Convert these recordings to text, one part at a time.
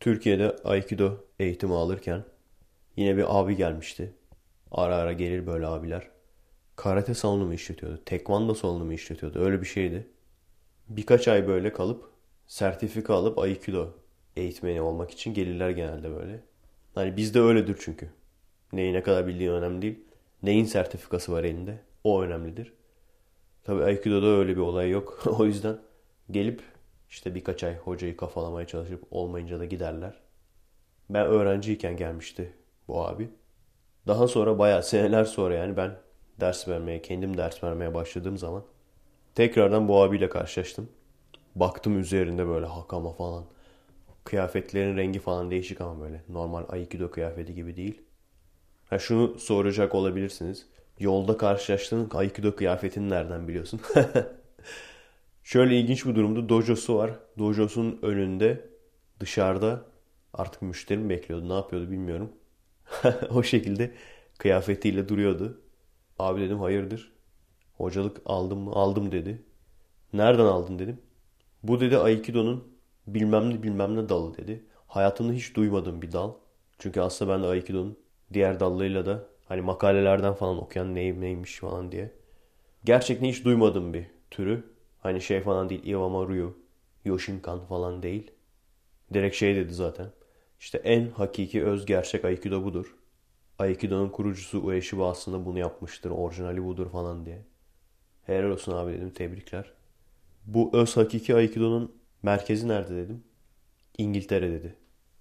Türkiye'de Aikido eğitimi alırken yine bir abi gelmişti. Ara ara gelir böyle abiler. Karate salonumu işletiyordu. Tekvando salonumu işletiyordu. Öyle bir şeydi. Birkaç ay böyle kalıp sertifika alıp Aikido eğitmeni olmak için gelirler genelde böyle. Hani bizde öyledir çünkü. Neyi ne kadar bildiğin önemli değil. Neyin sertifikası var elinde? O önemlidir. Tabii Aikido'da öyle bir olay yok. O yüzden gelip işte birkaç ay hocayı kafalamaya çalışıp olmayınca da giderler. Ben öğrenciyken gelmişti bu abi. Daha sonra bayağı seneler sonra yani ben kendim ders vermeye başladığım zaman tekrardan bu abiyle karşılaştım. Baktım üzerinde böyle hakama falan. Kıyafetlerin rengi falan değişik ama böyle. Normal Aikido kıyafeti gibi değil. Ha şunu soracak olabilirsiniz. Yolda karşılaştığın Aikido kıyafetini nereden biliyorsun? Şöyle ilginç bir durumda dojosu var. Dojosunun önünde dışarıda artık müşteri mi bekliyordu ne yapıyordu bilmiyorum. O şekilde kıyafetiyle duruyordu. Abi dedim hayırdır? Hocalık aldın mı? Aldım dedi. Nereden aldın dedim. Bu dedi Aikido'nun bilmem ne bilmem ne dalı dedi. Hayatımda hiç duymadığım bir dal. Çünkü aslında ben de Aikido'nun diğer dallarıyla da hani makalelerden falan okuyan neymiş falan diye. Gerçekten hiç duymadığım bir türü. Hani şey falan değil. Iwama Ryu, Yoshinkan falan değil. Direkt şey dedi zaten. İşte en hakiki öz gerçek Aikido budur. Aikido'nun kurucusu Ueshiba aslında bunu yapmıştır. Orijinali budur falan diye. Helal olsun abi dedim. Tebrikler. Bu öz hakiki Aikido'nun merkezi nerede dedim. İngiltere dedi.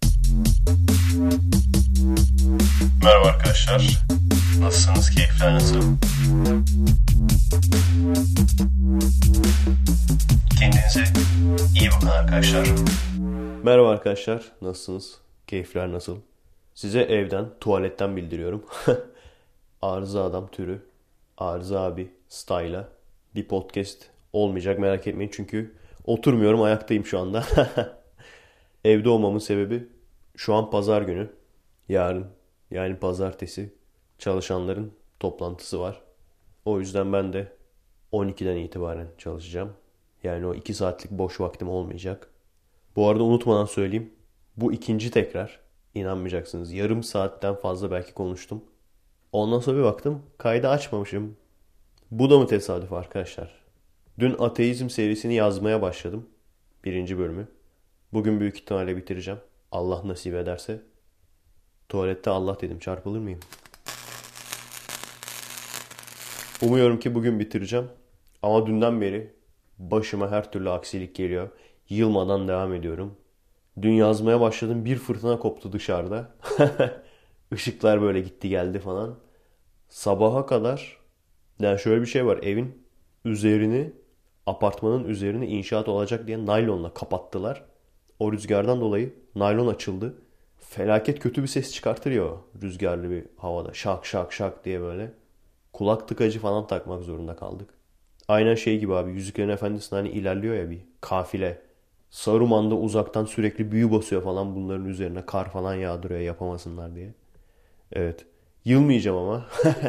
Merhaba arkadaşlar. Nasılsınız? Keyifler nasıl? Kendinize iyi bakın arkadaşlar. Merhaba arkadaşlar. Nasılsınız? Keyifler nasıl? Size evden, tuvaletten bildiriyorum. Arıza adam türü, Arıza abi style'a bir podcast olmayacak merak etmeyin. Çünkü oturmuyorum ayaktayım şu anda. Evde olmamın sebebi şu an pazar günü. Yarın yani pazartesi çalışanların toplantısı var. O yüzden ben de 12'den itibaren çalışacağım. Yani o 2 saatlik boş vaktim olmayacak. Bu arada unutmadan söyleyeyim. Bu ikinci tekrar. İnanmayacaksınız. Yarım saatten fazla belki konuştum. Ondan sonra bir baktım. Kaydı açmamışım. Bu da mı tesadüf arkadaşlar? Dün ateizm serisini yazmaya başladım. Birinci bölümü. Bugün büyük ihtimalle bitireceğim. Allah nasip ederse. Tuvalette Allah dedim. Çarpılır mıyım? Umuyorum ki bugün bitireceğim. Ama dünden beri başıma her türlü aksilik geliyor. Yılmadan devam ediyorum. Dün yazmaya başladım. Bir fırtına koptu dışarıda. Işıklar böyle gitti geldi falan. Sabaha kadar yani şöyle bir şey var. Evin üzerini apartmanın üzerini inşaat olacak diye naylonla kapattılar. O rüzgardan dolayı naylon açıldı. Felaket kötü bir ses çıkartıyor o rüzgarlı bir havada. Şak şak şak diye böyle. Kulak tıkacı falan takmak zorunda kaldık. Aynen şey gibi abi. Yüzüklerin Efendisi'nde hani ilerliyor ya bir kafile. Saruman da uzaktan sürekli büyü basıyor falan bunların üzerine. Kar falan yağdırıyor yapamasınlar diye. Evet. Yılmayacağım ama.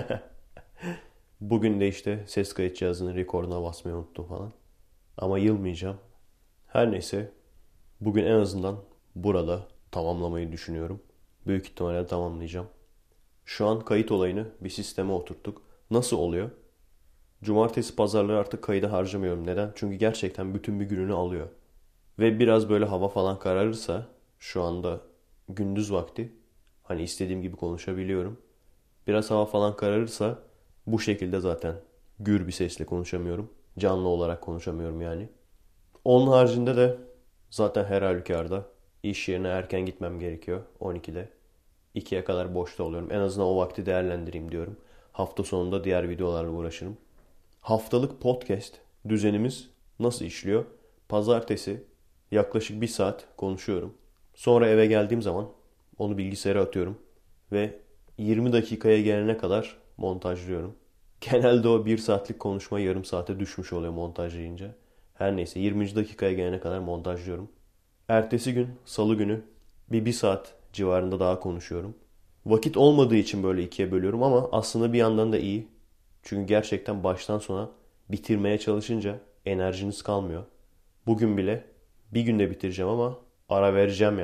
Bugün de işte ses kayıt cihazının rekorduna basmayı unuttum falan. Ama yılmayacağım. Her neyse. Bugün en azından burada tamamlamayı düşünüyorum. Büyük ihtimalle tamamlayacağım. Şu an kayıt olayını bir sisteme oturttuk. Nasıl oluyor? Cumartesi pazarları artık kaydı harcamıyorum. Neden? Çünkü gerçekten bütün bir gününü alıyor. Ve biraz böyle hava falan kararırsa şu anda gündüz vakti hani istediğim gibi konuşabiliyorum. Biraz hava falan kararırsa bu şekilde zaten gür bir sesle konuşamıyorum. Canlı olarak konuşamıyorum yani. Onun haricinde de zaten her halükarda iş yerine erken gitmem gerekiyor 12'de. 2'ye kadar boşta oluyorum. En azından o vakti değerlendireyim diyorum. Hafta sonunda diğer videolarla uğraşırım. Haftalık podcast düzenimiz nasıl işliyor? Pazartesi yaklaşık 1 saat konuşuyorum. Sonra eve geldiğim zaman onu bilgisayara atıyorum. Ve 20 dakikaya gelene kadar montajlıyorum. Genelde o 1 saatlik konuşma yarım saate düşmüş oluyor montajlayınca. Her neyse 20. dakikaya gelene kadar montajlıyorum. Ertesi gün salı günü bir saat civarında daha konuşuyorum. Vakit olmadığı için böyle ikiye bölüyorum ama aslında bir yandan da iyi. Çünkü gerçekten baştan sona bitirmeye çalışınca enerjiniz kalmıyor. Bugün bile bir günde bitireceğim ama ara vereceğim yani.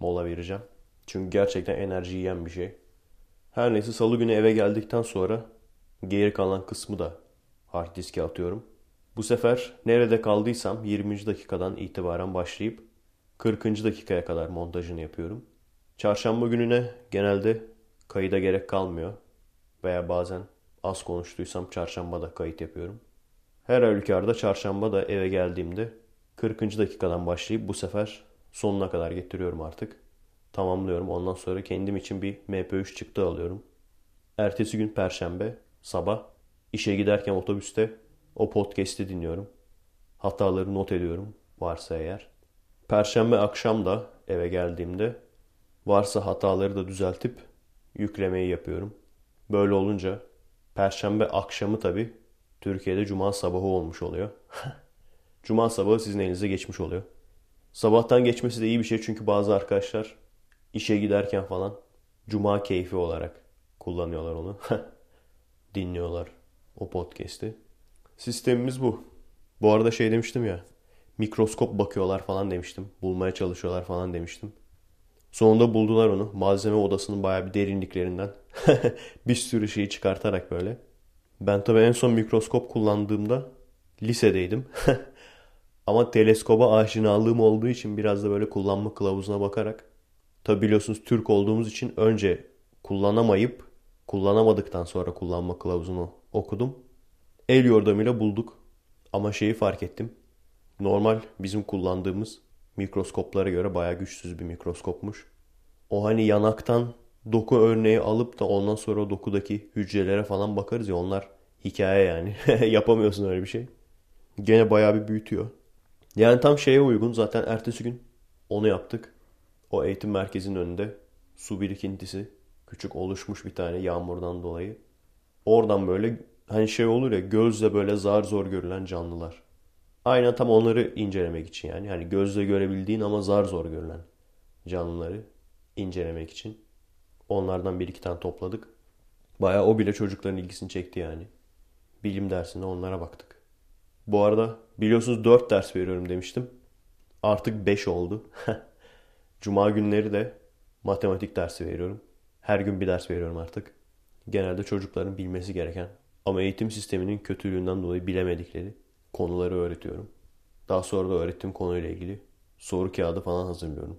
mola vereceğim. Çünkü gerçekten enerji yiyen bir şey. Her neyse salı günü eve geldikten sonra geri kalan kısmı da hard diske atıyorum. Bu sefer nerede kaldıysam 20. dakikadan itibaren başlayıp 40. dakikaya kadar montajını yapıyorum. Çarşamba gününe genelde kayıda gerek kalmıyor. Veya bazen az konuştuysam çarşamba da kayıt yapıyorum. Her halükarda çarşamba da eve geldiğimde 40. dakikadan başlayıp bu sefer sonuna kadar getiriyorum artık. Tamamlıyorum. Ondan sonra kendim için bir MP3 çıktı alıyorum. Ertesi gün Perşembe sabah işe giderken otobüste o podcast'i dinliyorum. Hataları not ediyorum varsa eğer. Perşembe akşam da eve geldiğimde varsa hataları da düzeltip yüklemeyi yapıyorum. Böyle olunca Perşembe akşamı tabii Türkiye'de Cuma sabahı olmuş oluyor. Cuma sabahı sizin elinize geçmiş oluyor. Sabahtan geçmesi de iyi bir şey çünkü bazı arkadaşlar işe giderken falan Cuma keyfi olarak kullanıyorlar onu. Dinliyorlar o podcast'i. Sistemimiz bu. Bu arada şey demiştim ya, mikroskop bakıyorlar falan demiştim. Bulmaya çalışıyorlar falan demiştim. Sonunda buldular onu. Malzeme odasının bayağı bir derinliklerinden. Bir sürü şeyi çıkartarak böyle. Ben tabii en son mikroskop kullandığımda lisedeydim. Ama teleskoba aşinalığım olduğu için biraz da böyle kullanma kılavuzuna bakarak. Tabii biliyorsunuz Türk olduğumuz için önce kullanamayıp kullanamadıktan sonra kullanma kılavuzunu okudum. El yordamıyla bulduk. Ama şeyi fark ettim. Normal bizim kullandığımız mikroskoplara göre bayağı güçsüz bir mikroskopmuş. O hani yanaktan doku örneği alıp da ondan sonra o dokudaki hücrelere falan bakarız ya, onlar hikaye yani. Yapamıyorsun öyle bir şey. Gene bayağı bir büyütüyor. Yani tam şeye uygun, zaten ertesi gün onu yaptık. O eğitim merkezinin önünde su birikintisi küçük oluşmuş bir tane yağmurdan dolayı. Oradan böyle hani şey olur ya, gözle böyle zar zor görülen canlılar. Aynen tam onları incelemek için yani. Hani gözle görebildiğin ama zar zor görülen canlıları incelemek için. Onlardan bir iki tane topladık. Bayağı o bile çocukların ilgisini çekti yani. Bilim dersinde onlara baktık. Bu arada biliyorsunuz 4 ders veriyorum demiştim. Artık 5 oldu. Cuma günleri de matematik dersi veriyorum. Her gün bir ders veriyorum artık. Genelde çocukların bilmesi gereken ama eğitim sisteminin kötülüğünden dolayı bilemedikleri konuları öğretiyorum. Daha sonra da öğrettiğim konuyla ilgili soru kağıdı falan hazırlıyorum.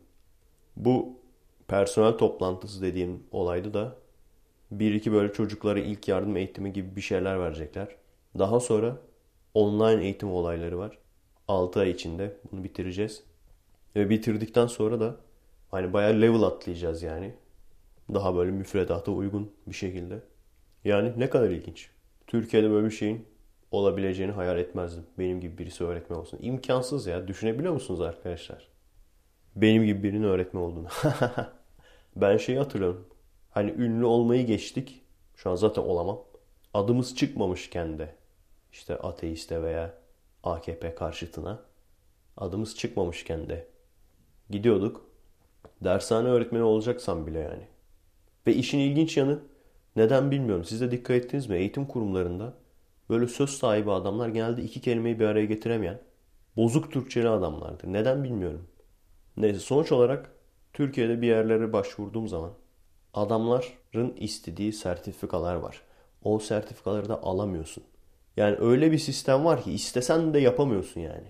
Bu personel toplantısı dediğim olayda da bir iki böyle çocuklara ilk yardım eğitimi gibi bir şeyler verecekler. Daha sonra online eğitim olayları var. 6 ay içinde bunu bitireceğiz. Ve bitirdikten sonra da hani bayağı level atlayacağız yani. Daha böyle müfredata uygun bir şekilde. Yani ne kadar ilginç. Türkiye'de böyle bir şeyin olabileceğini hayal etmezdim. Benim gibi birisi öğretmen olsun. İmkansız ya. Düşünebiliyor musunuz arkadaşlar? Benim gibi birinin öğretmen olduğunu. Ben şeyi hatırlıyorum. Hani ünlü olmayı geçtik. Şu an zaten olamam. Adımız çıkmamışken de işte ateiste veya AKP karşıtına adımız çıkmamışken de gidiyorduk. Dershane öğretmeni olacaksam bile yani. Ve işin ilginç yanı, neden bilmiyorum. Siz de dikkat ettiniz mi? Eğitim kurumlarında böyle söz sahibi adamlar genelde iki kelimeyi bir araya getiremeyen bozuk Türkçeli adamlardır. Neden bilmiyorum. Neyse, sonuç olarak Türkiye'de bir yerlere başvurduğum zaman adamların istediği sertifikalar var. O sertifikaları da alamıyorsun. Yani öyle bir sistem var ki istesen de yapamıyorsun yani.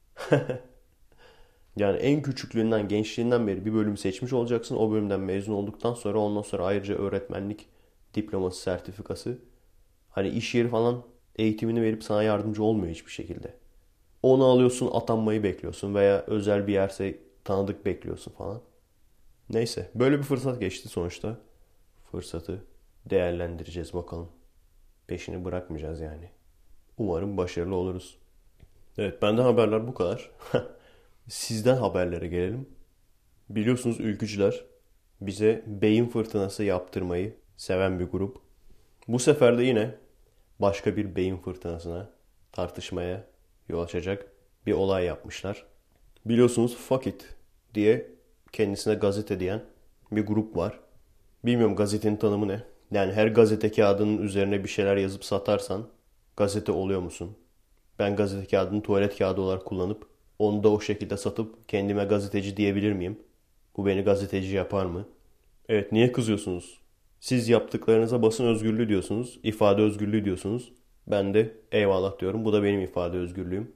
Yani en küçüklüğünden, gençliğinden beri bir bölüm seçmiş olacaksın. O bölümden mezun olduktan sonra ondan sonra ayrıca öğretmenlik diploması, sertifikası. Hani iş yeri falan eğitimini verip sana yardımcı olmuyor hiçbir şekilde. Onu alıyorsun, atanmayı bekliyorsun veya özel bir yerse tanıdık bekliyorsun falan. Neyse, böyle bir fırsat geçti sonuçta. Fırsatı değerlendireceğiz bakalım. Peşini bırakmayacağız yani. Umarım başarılı oluruz. Evet, benden haberler bu kadar. Sizden haberlere gelelim. Biliyorsunuz ülkücüler bize beyin fırtınası yaptırmayı seven bir grup. Bu sefer de yine başka bir beyin fırtınasına, tartışmaya yol açacak bir olay yapmışlar. Biliyorsunuz Fuck It diye kendisine gazete diyen bir grup var. Bilmiyorum gazetenin tanımı ne? Yani her gazete kağıdının üzerine bir şeyler yazıp satarsan gazete oluyor musun? Ben gazete kağıdını tuvalet kağıdı olarak kullanıp onu da o şekilde satıp kendime gazeteci diyebilir miyim? Bu beni gazeteci yapar mı? Evet, niye kızıyorsunuz? Siz yaptıklarınıza basın özgürlüğü diyorsunuz, ifade özgürlüğü diyorsunuz. Ben de eyvallah diyorum. Bu da benim ifade özgürlüğüm.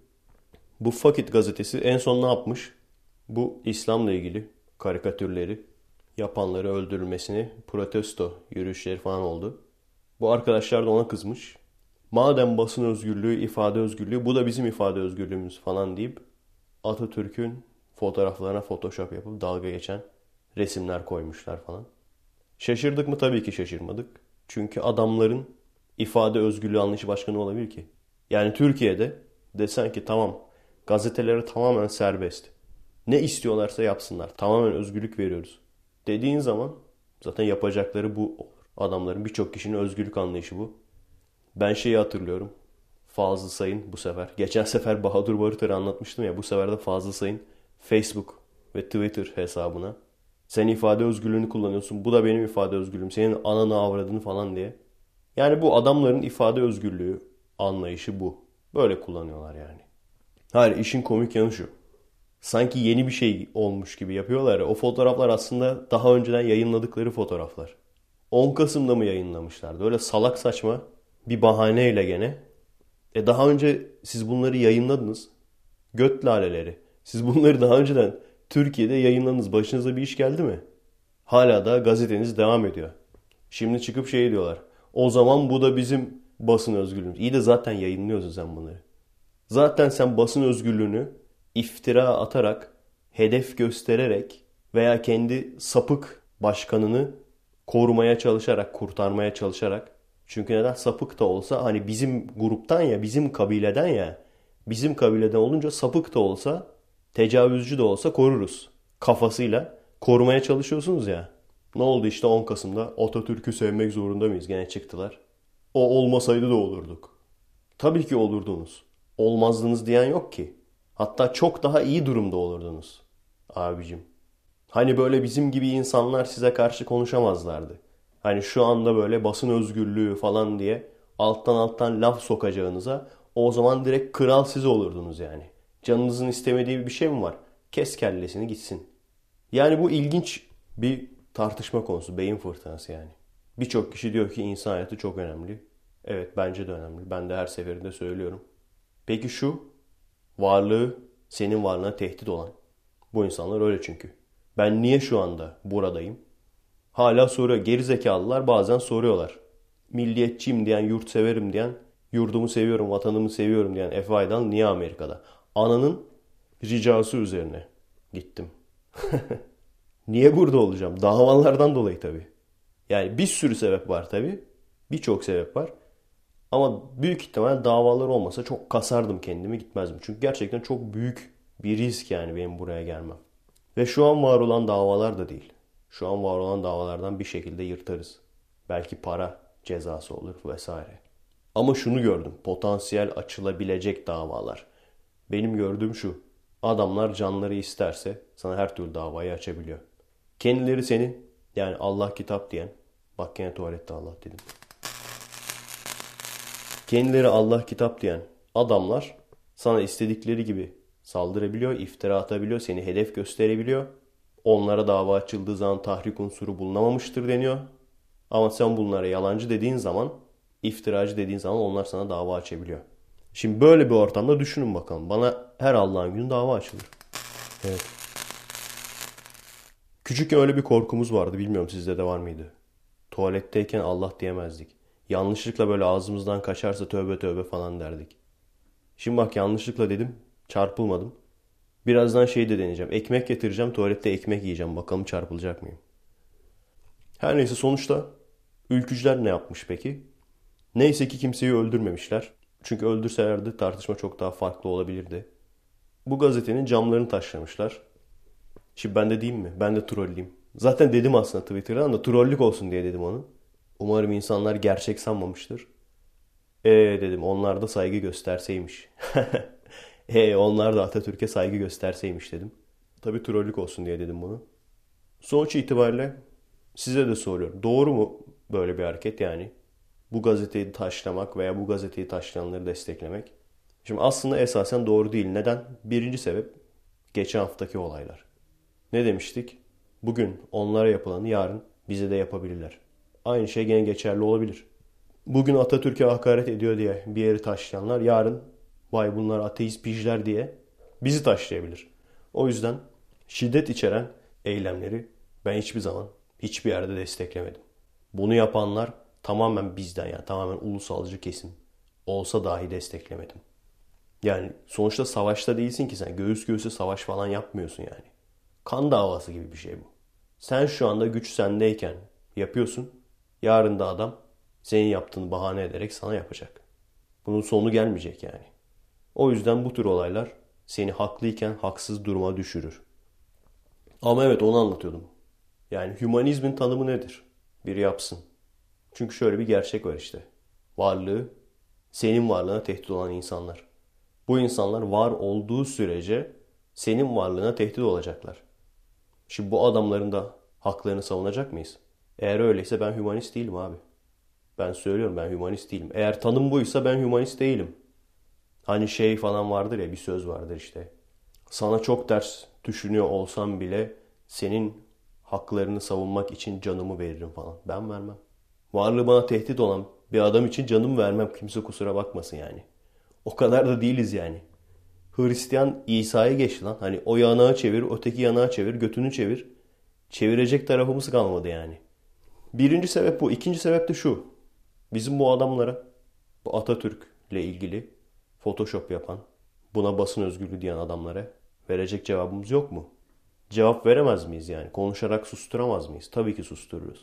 Bu Fuck It gazetesi en son ne yapmış? Bu İslam'la ilgili karikatürleri, yapanları öldürülmesini, protesto yürüyüşleri falan oldu. Bu arkadaşlar da ona kızmış. Madem basın özgürlüğü, ifade özgürlüğü, bu da bizim ifade özgürlüğümüz falan deyip Atatürk'ün fotoğraflarına Photoshop yapıp dalga geçen resimler koymuşlar falan. Şaşırdık mı? Tabii ki şaşırmadık. Çünkü adamların ifade özgürlüğü anlayışı başka ne olabilir ki? Yani Türkiye'de desen ki tamam, gazetelere tamamen serbest. Ne istiyorlarsa yapsınlar. Tamamen özgürlük veriyoruz. Dediğin zaman zaten yapacakları bu olur. Adamların, birçok kişinin özgürlük anlayışı bu. Ben şeyi hatırlıyorum. Fazıl Say'ın bu sefer. Geçen sefer Bahadır Barıtır'ı anlatmıştım ya. Bu sefer de Fazıl Say'ın Facebook ve Twitter hesabına. Sen ifade özgürlüğünü kullanıyorsun. Bu da benim ifade özgürlüğüm. Senin ananı avradını falan diye. Yani bu adamların ifade özgürlüğü anlayışı bu. Böyle kullanıyorlar yani. Hayır, işin komik yanı şu. Sanki yeni bir şey olmuş gibi yapıyorlar ya. O fotoğraflar aslında daha önceden yayınladıkları fotoğraflar. 10 Kasım'da mı yayınlamışlardı? Öyle salak saçma bir bahaneyle gene. Daha önce siz bunları yayınladınız. Göt laleleri. Siz bunları daha önceden Türkiye'de yayınladınız. Başınıza bir iş geldi mi? Hala da gazeteniz devam ediyor. Şimdi çıkıp şey diyorlar. O zaman bu da bizim basın özgürlüğümüz. İyi de zaten yayınlıyorsun sen bunları. Zaten sen basın özgürlüğünü iftira atarak, hedef göstererek veya kendi sapık başkanını korumaya çalışarak, kurtarmaya çalışarak. Çünkü neden? Sapık da olsa, hani bizim gruptan ya, bizim kabileden ya, bizim kabileden olunca sapık da olsa, tecavüzcü de olsa koruruz. Kafasıyla korumaya çalışıyorsunuz ya. Ne oldu işte 10 Kasım'da? Atatürk'ü sevmek zorunda mıyız? Gene çıktılar. O olmasaydı da olurduk. Tabii ki olurdunuz. Olmazdınız diyen yok ki. Hatta çok daha iyi durumda olurdunuz. Abicim. Hani böyle bizim gibi insanlar size karşı konuşamazlardı. Hani şu anda böyle basın özgürlüğü falan diye alttan alttan laf sokacağınıza o zaman direkt kral siz olurdunuz yani. Canınızın istemediği bir şey mi var? Kes kellesini gitsin. Yani bu ilginç bir tartışma konusu. Beyin fırtınası yani. Birçok kişi diyor ki insan hayatı çok önemli. Evet, bence de önemli. Ben de her seferinde söylüyorum. Peki şu varlığı, senin varlığına tehdit olan. Bu insanlar öyle çünkü. Ben niye şu anda buradayım? Hala soruyor. Gerizekalılar bazen soruyorlar. Milliyetçiyim diyen, yurtseverim diyen, yurdumu seviyorum, vatanımı seviyorum diyen Efe Aydal niye Amerika'da? Ananın ricası üzerine gittim. Niye burada olacağım? Davalardan dolayı tabii. Yani bir sürü sebep var tabii. Birçok sebep var. Ama büyük ihtimal davalar olmasa çok kasardım kendimi, gitmezdim. Çünkü gerçekten çok büyük bir risk yani benim buraya gelmem. Ve şu an var olan davalar da değil. Şu an var olan davalardan bir şekilde yırtarız. Belki para cezası olur vesaire. Ama şunu gördüm. Potansiyel açılabilecek davalar. Benim gördüğüm şu. Adamlar canları isterse sana her türlü davayı açabiliyor. Kendileri senin, yani Allah kitap diyen, bak gene tuvalette Allah dedim. Kendileri Allah kitap diyen adamlar sana istedikleri gibi saldırabiliyor, iftira atabiliyor, seni hedef gösterebiliyor. Onlara dava açıldığı zaman tahrik unsuru bulunamamıştır deniyor. Ama sen bunlara yalancı dediğin zaman, iftiracı dediğin zaman onlar sana dava açabiliyor. Şimdi böyle bir ortamda düşünün bakalım. Bana her Allah'ın günü dava açılır. Evet. Küçükken öyle bir korkumuz vardı. Bilmiyorum sizde de var mıydı? Tuvaletteyken Allah diyemezdik. Yanlışlıkla böyle ağzımızdan kaçarsa tövbe tövbe falan derdik. Şimdi bak, yanlışlıkla dedim. Çarpılmadım. Birazdan şey de deneyeceğim. Ekmek getireceğim. Tuvalette ekmek yiyeceğim. Bakalım çarpılacak mıyım? Her neyse, sonuçta ülkücüler ne yapmış peki? Neyse ki kimseyi öldürmemişler. Çünkü öldürselerdi tartışma çok daha farklı olabilirdi. Bu gazetenin camlarını taşlamışlar. Şimdi ben de diyeyim mi? Ben de trolleyim. Zaten dedim aslında Twitter'dan da trollük olsun diye dedim onu. Umarım insanlar gerçek sanmamıştır. Dedim onlar da saygı gösterseymiş. Onlar da Atatürk'e saygı gösterseymiş dedim. Tabii trollük olsun diye dedim bunu. Sonuç itibariyle size de soruyorum. Doğru mu böyle bir hareket yani? Bu gazeteyi taşlamak veya bu gazeteyi taşlayanları desteklemek. Şimdi aslında esasen doğru değil. Neden? Birinci sebep geçen haftaki olaylar. Ne demiştik? Bugün onlara yapılanı yarın bize de yapabilirler. Aynı şey gene geçerli olabilir. Bugün Atatürk'e hakaret ediyor diye bir yeri taşlayanlar yarın vay bunlar ateist pijler diye bizi taşlayabilir. O yüzden şiddet içeren eylemleri ben hiçbir zaman hiçbir yerde desteklemedim. Bunu yapanlar tamamen bizden, yani tamamen ulusalcı kesim olsa dahi desteklemedim. Yani sonuçta savaşta değilsin ki sen. Göğüs göğüse savaş falan yapmıyorsun yani. Kan davası gibi bir şey bu. Sen şu anda güç sendeyken yapıyorsun. Yarın da adam senin yaptığını bahane ederek sana yapacak. Bunun sonu gelmeyecek yani. O yüzden bu tür olaylar seni haklıyken haksız duruma düşürür. Ama evet, onu anlatıyordum. Yani hümanizmin tanımı nedir? Biri yapsın. Çünkü şöyle bir gerçek var işte. Varlığı, senin varlığına tehdit olan insanlar. Bu insanlar var olduğu sürece senin varlığına tehdit olacaklar. Şimdi bu adamların da haklarını savunacak mıyız? Eğer öyleyse ben hümanist değilim abi. Ben söylüyorum, ben hümanist değilim. Eğer tanım buysa ben hümanist değilim. Hani şey falan vardır ya, bir söz vardır işte. Sana çok ters düşünüyor olsam bile senin haklarını savunmak için canımı veririm falan. Ben vermem. Varlığı bana tehdit olan bir adam için canımı vermem. Kimse kusura bakmasın yani. O kadar da değiliz yani. Hristiyan İsa'ya geçti lan. Hani o yanağı çevir, öteki yanağı çevir, götünü çevir. Çevirecek tarafımız kalmadı yani. Birinci sebep bu. İkinci sebep de şu. Bizim bu adamlara, bu Atatürk'le ilgili Photoshop yapan, buna basın özgürlüğü diyen adamlara verecek cevabımız yok mu? Cevap veremez miyiz yani? Konuşarak susturamaz mıyız? Tabii ki sustururuz.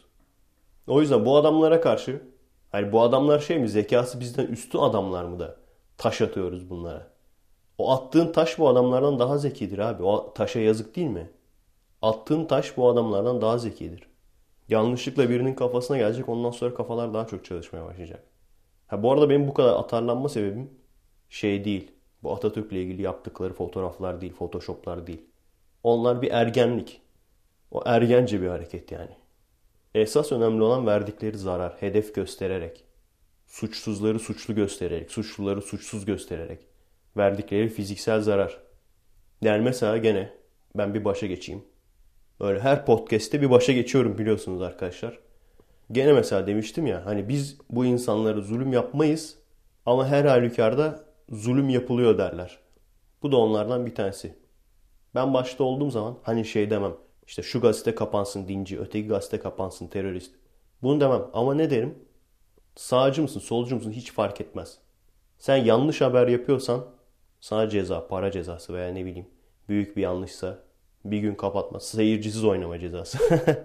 O yüzden bu adamlara karşı, hani bu adamlar şey mi, zekası bizden üstün adamlar mı da taş atıyoruz bunlara? O attığın taş bu adamlardan daha zekidir abi. O taşa yazık değil mi? Attığın taş bu adamlardan daha zekidir. Yanlışlıkla birinin kafasına gelecek, ondan sonra kafalar daha çok çalışmaya başlayacak. Ha, bu arada benim bu kadar atarlanma sebebim şey değil. Bu Atatürk'le ilgili yaptıkları fotoğraflar değil, photoshoplar değil. Onlar bir ergenlik. O ergence bir hareket yani. Esas önemli olan verdikleri zarar, hedef göstererek, suçsuzları suçlu göstererek, suçluları suçsuz göstererek verdikleri fiziksel zarar. Yani mesela gene ben bir başa geçeyim. Öyle her podcast'te bir başa geçiyorum biliyorsunuz arkadaşlar. Gene mesela demiştim ya, hani biz bu insanlara zulüm yapmayız ama her halükarda zulüm yapılıyor derler. Bu da onlardan bir tanesi. Ben başta olduğum zaman hani şey demem. İşte şu gazete kapansın dinci, öteki gazete kapansın terörist. Bunu demem ama ne derim? Sağcı mısın, solcu musun hiç fark etmez. Sen yanlış haber yapıyorsan sana ceza, para cezası veya ne bileyim büyük bir yanlışsa bir gün kapatma, seyircisiz oynama cezası.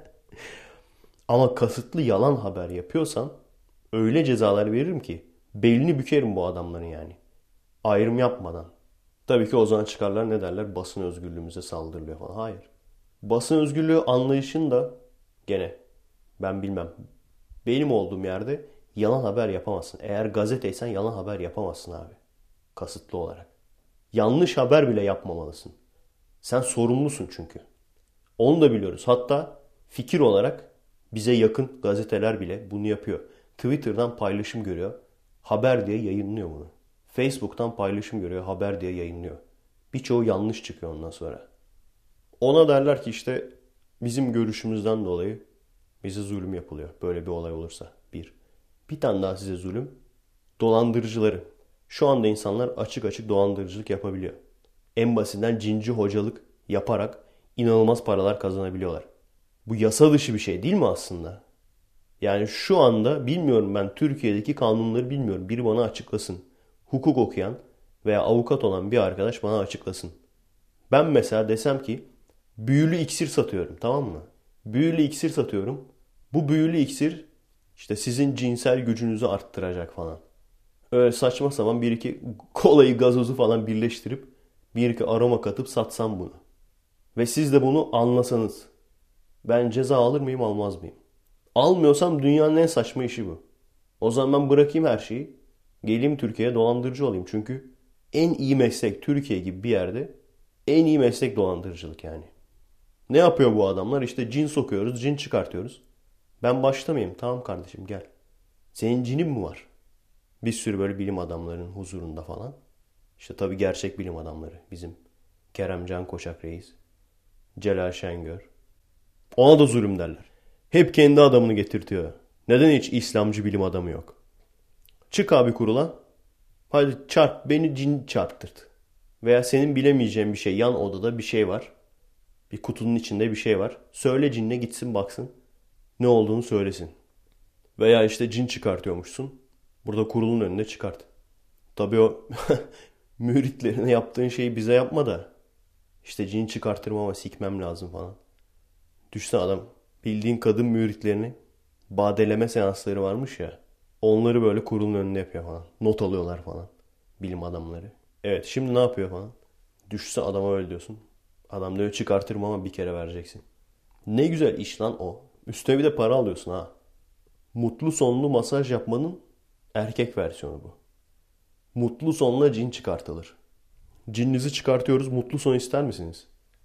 Ama kasıtlı yalan haber yapıyorsan öyle cezalar veririm ki belini bükerim bu adamların yani. Ayrım yapmadan. Tabii ki o zaman çıkarlar ne derler? Basın özgürlüğümüze saldırılıyor falan. Hayır. Basın özgürlüğü anlayışında gene ben bilmem. Benim olduğum yerde yalan haber yapamazsın. Eğer gazeteysen yalan haber yapamazsın abi. Kasıtlı olarak. Yanlış haber bile yapmamalısın. Sen sorumlusun çünkü. Onu da biliyoruz. Hatta fikir olarak bize yakın gazeteler bile bunu yapıyor. Twitter'dan paylaşım görüyor. Haber diye yayınlıyor bunu. Facebook'tan paylaşım görüyor. Haber diye yayınlıyor. Birçoğu yanlış çıkıyor ondan sonra. Ona derler ki işte bizim görüşümüzden dolayı bize zulüm yapılıyor. Böyle bir olay olursa. Bir. Bir tane daha size zulüm. Dolandırıcıları. Şu anda insanlar açık açık dolandırıcılık yapabiliyor. En basitinden cinci hocalık yaparak inanılmaz paralar kazanabiliyorlar. Bu yasa dışı bir şey değil mi aslında? Yani şu anda bilmiyorum, ben Türkiye'deki kanunları bilmiyorum. Biri bana açıklasın. Hukuk okuyan veya avukat olan bir arkadaş bana açıklasın. Ben mesela desem ki büyülü iksir satıyorum, tamam mı? Büyülü iksir satıyorum. Bu büyülü iksir işte sizin cinsel gücünüzü arttıracak falan. Öyle saçma sapan bir iki kolayı gazozu falan birleştirip bir iki aroma katıp satsam bunu. Ve siz de bunu anlasanız. Ben ceza alır mıyım, almaz mıyım? Almıyorsam dünyanın en saçma işi bu. O zaman ben bırakayım her şeyi. Geleyim Türkiye'ye dolandırıcı olayım. Çünkü en iyi meslek Türkiye gibi bir yerde en iyi meslek dolandırıcılık yani. Ne yapıyor bu adamlar? İşte cin sokuyoruz, cin çıkartıyoruz. Ben başlamayayım. Tamam kardeşim gel. Senin cinin mi var? Bir sürü böyle bilim adamlarının huzurunda falan. İşte tabii gerçek bilim adamları. Bizim Kerem Can Koçak Reis, Celal Şengör, Ona da zulüm derler. Hep kendi adamını getirtiyor. Neden hiç İslamcı bilim adamı yok? Çık abi kurula. Hadi çarp, beni cin çarptırt. Veya senin bilemeyeceğin bir şey, yan odada bir şey var. Bir kutunun içinde bir şey var. Söyle cinle gitsin baksın. Ne olduğunu söylesin. Veya işte cin çıkartıyormuşsun. Burada kurulun önünde çıkart. Tabii o müritlerine yaptığın şeyi bize yapma da. İşte cin çıkartırım ama sikmem lazım falan. Düşünsene adam bildiğin kadın müritlerini badeleme seansları varmış ya. Onları böyle kurulun önünde yapıyor falan. Not alıyorlar falan. Bilim adamları. Evet, şimdi ne yapıyor falan. Düşse adama öyle diyorsun. Adam diyor çıkartırım ama bir kere vereceksin. Ne güzel iş lan o. Üstüne bir de para alıyorsun ha. Mutlu sonlu masaj yapmanın erkek versiyonu bu. Mutlu sonla cin çıkartılır. Cininizi çıkartıyoruz, mutlu son ister misiniz?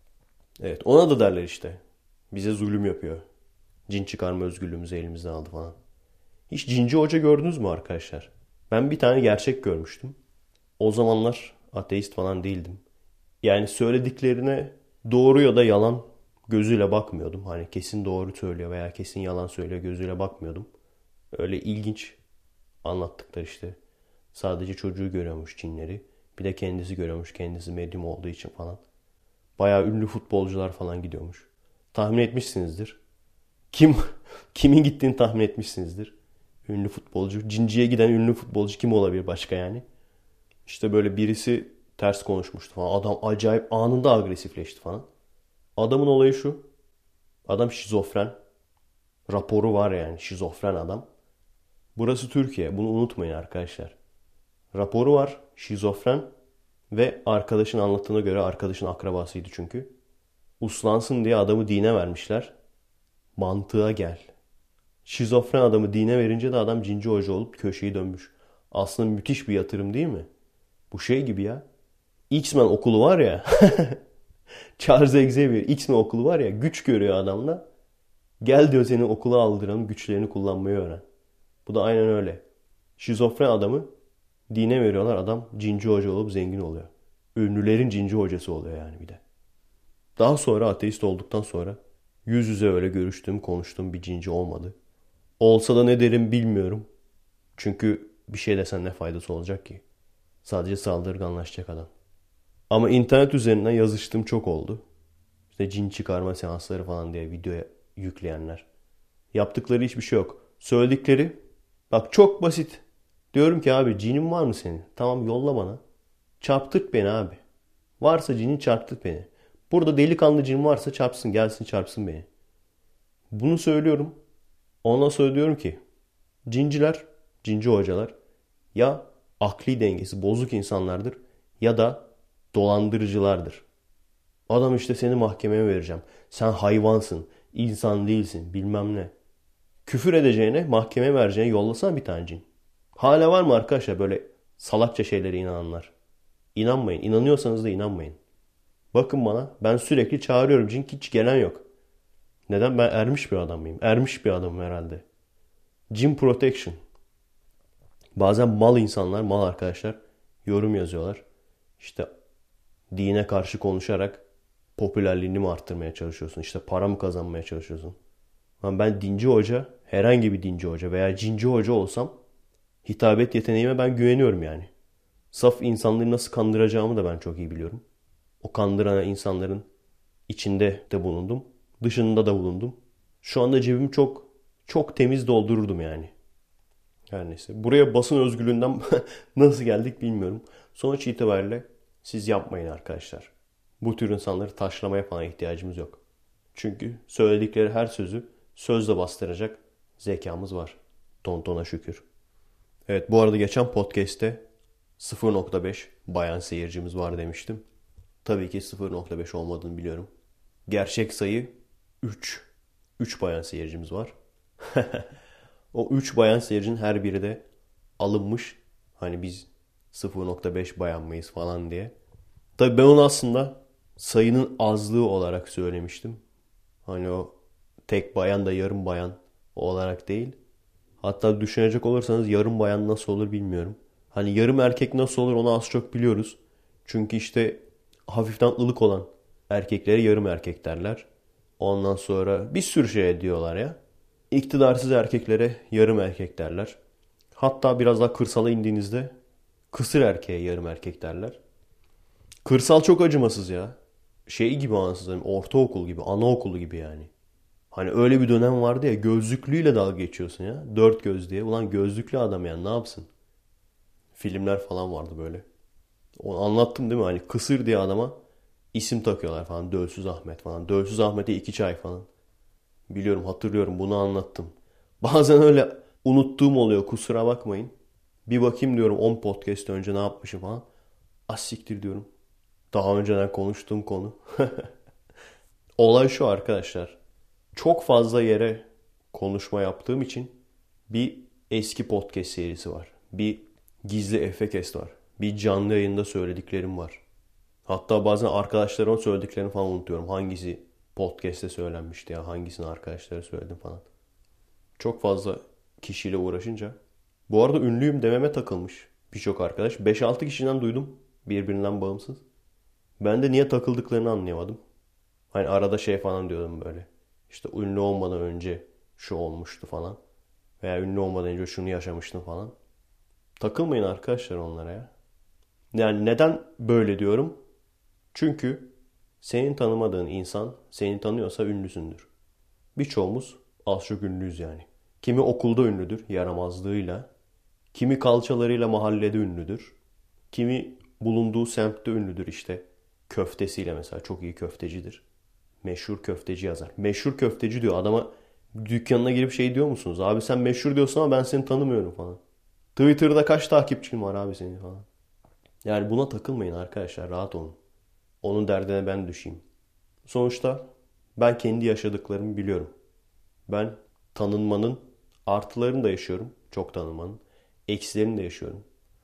Evet, ona da derler işte. Bize zulüm yapıyor. Cin çıkarma özgürlüğümüzü elimizden aldı falan. Hiç cinci hoca gördünüz mü arkadaşlar? Ben bir tane gerçek görmüştüm. O zamanlar ateist falan değildim. Yani söylediklerine doğru ya da yalan gözüyle bakmıyordum. Hani kesin doğru söylüyor veya kesin yalan söylüyor gözüyle bakmıyordum. Öyle ilginç anlattıklar işte. Sadece çocuğu görüyormuş cinleri. Bir de kendisi görüyormuş, kendisi medyum olduğu için falan. Bayağı ünlü futbolcular falan gidiyormuş. Tahmin etmişsinizdir. Kim kimin gittiğini tahmin etmişsinizdir. Ünlü futbolcu. Cinciye giden ünlü futbolcu kim olabilir başka yani? İşte böyle birisi ters konuşmuştu falan. Adam acayip anında agresifleşti falan. Adamın olayı şu. Adam şizofren. Raporu var yani, şizofren adam. Burası Türkiye. Bunu unutmayın arkadaşlar. Raporu var. Şizofren. Ve arkadaşın anlattığına göre arkadaşın akrabasıydı çünkü. Uslansın diye adamı dine vermişler. Mantığa gel. Şizofren adamı dine verince de adam cinci hoca olup köşeyi dönmüş. Aslında müthiş bir yatırım değil mi? Bu şey gibi ya. X-Men okulu var ya. Charles Xavier X-Men okulu var ya. Güç görüyor adamla. Gel diyor seni okula aldıralım. Güçlerini kullanmayı öğren. Bu da aynen öyle. Şizofren adamı dine veriyorlar. Adam cinci hoca olup zengin oluyor. Ünlülerin cinci hocası oluyor yani bir de. Daha sonra ateist olduktan sonra yüz yüze öyle görüştüğüm, konuştuğum bir cinci olmadı. Olsa da ne derim bilmiyorum. Çünkü bir şey desen ne faydası olacak ki? Sadece saldırganlaşacak adam. Ama internet üzerinden yazıştığım çok oldu. İşte cin çıkarma seansları falan diye videoya yükleyenler. Yaptıkları hiçbir şey yok. Söyledikleri bak çok basit. Diyorum ki abi cinin var mı senin? Tamam yolla bana. Çarptırt beni abi. Varsa cinin çarptırt beni. Burada delikanlı cin varsa çarpsın gelsin çarpsın beni. Bunu söylüyorum. Ondan sonra diyorum ki cinciler, cinci hocalar ya akli dengesi bozuk insanlardır ya da dolandırıcılardır. Adam işte seni mahkemeye vereceğim. Sen hayvansın, insan değilsin bilmem ne. Küfür edeceğine mahkemeye vereceğine yollasana bir tane cin. Hala var mı arkadaşlar böyle salakça şeylere inananlar? İnanmayın. İnanıyorsanız da inanmayın. Bakın bana ben sürekli çağırıyorum cin hiç gelen yok. Neden? Ben ermiş bir adam mıyım? Ermiş bir adamım herhalde. Cin protection. Bazen mal insanlar, mal arkadaşlar yorum yazıyorlar. İşte dine karşı konuşarak popülerliğini mi arttırmaya çalışıyorsun? İşte para mı kazanmaya çalışıyorsun? Ama ben dinci hoca, herhangi bir dinci hoca veya cinci hoca olsam hitabet yeteneğime ben güveniyorum yani. Saf insanları nasıl kandıracağımı da ben çok iyi biliyorum. O kandıran insanların içinde de bulundum. Dışında da bulundum. Şu anda cebimi çok çok temiz doldururdum yani. Her neyse. Buraya basın özgürlüğünden nasıl geldik bilmiyorum. Sonuç itibariyle siz yapmayın arkadaşlar. Bu tür insanları taşlamaya falan ihtiyacımız yok. Çünkü söyledikleri her sözü sözle bastıracak zekamız var. Tontona şükür. Evet bu arada geçen podcast'te 0.5 bayan seyircimiz var demiştim. Tabii ki 0.5 olmadığını biliyorum. Gerçek sayı 3. 3 bayan seyircimiz var. O 3 bayan seyircinin her biri de alınmış. Hani biz 0.5 bayan mıyız falan diye. Tabii ben onu aslında sayının azlığı olarak söylemiştim. Hani o tek bayan da yarım bayan olarak değil. Hatta düşünecek olursanız yarım bayan nasıl olur bilmiyorum. Hani yarım erkek nasıl olur onu az çok biliyoruz. Çünkü işte hafiften ılık olan erkeklere yarım erkek derler. Ondan sonra bir sürü şey diyorlar ya. İktidarsız erkeklere yarım erkek derler. Hatta biraz daha kırsala indiğinizde kısır erkeğe yarım erkek derler. Kırsal çok acımasız ya. Şey gibi ansızın, ortaokul gibi, anaokulu gibi yani. Hani öyle bir dönem vardı ya, gözlüklüyle dalga geçiyorsun ya. Dört göz diye. Ulan gözlüklü adam yani, ne yapsın? Filmler falan vardı böyle. Onu anlattım değil mi? Hani kısır diye adama isim takıyorlar falan. Dölsüz Ahmet falan. Dölsüz Ahmet'e 2 çay falan. Biliyorum, hatırlıyorum, bunu anlattım. Bazen öyle unuttuğum oluyor, kusura bakmayın. Bir bakayım diyorum 10 podcast önce ne yapmışım falan. Az siktir diyorum. Daha önceden konuştuğum konu. Olay şu arkadaşlar. Çok fazla yere konuşma yaptığım için bir eski podcast serisi var. Bir gizli Efekest var. Bir canlı yayında söylediklerim var. Hatta bazen arkadaşlarıma söylediklerini falan unutuyorum. Hangisi podcast'te söylenmişti ya, hangisini arkadaşlara söyledim falan. Çok fazla kişiyle uğraşınca. Bu arada ünlüyüm dememe takılmış birçok arkadaş. 5-6 kişiden duydum, birbirinden bağımsız. Ben de niye takıldıklarını anlayamadım. Hani arada şey falan diyordum böyle. İşte ünlü olmadan önce şu olmuştu falan. Veya ünlü olmadan önce şunu yaşamıştım falan. Takılmayın arkadaşlar onlara ya. Yani neden böyle diyorum? Çünkü senin tanımadığın insan seni tanıyorsa ünlüsündür. Birçoğumuz az çok ünlüyüz yani. Kimi okulda ünlüdür yaramazlığıyla. Kimi kalçalarıyla mahallede ünlüdür. Kimi bulunduğu semtte ünlüdür işte. Köftesiyle mesela, çok iyi köftecidir. Meşhur köfteci yazar. Meşhur köfteci diyor adama, dükkanına girip şey diyor musunuz? Abi sen meşhur diyorsun ama ben seni tanımıyorum falan. Twitter'da kaç takipçin var abi senin falan. Yani buna takılmayın arkadaşlar, rahat olun. Onun derdine ben düşeyim. Sonuçta ben kendi yaşadıklarımı biliyorum. Ben tanınmanın artılarını da yaşıyorum. Çok tanınmanın. Eksilerini de yaşıyorum.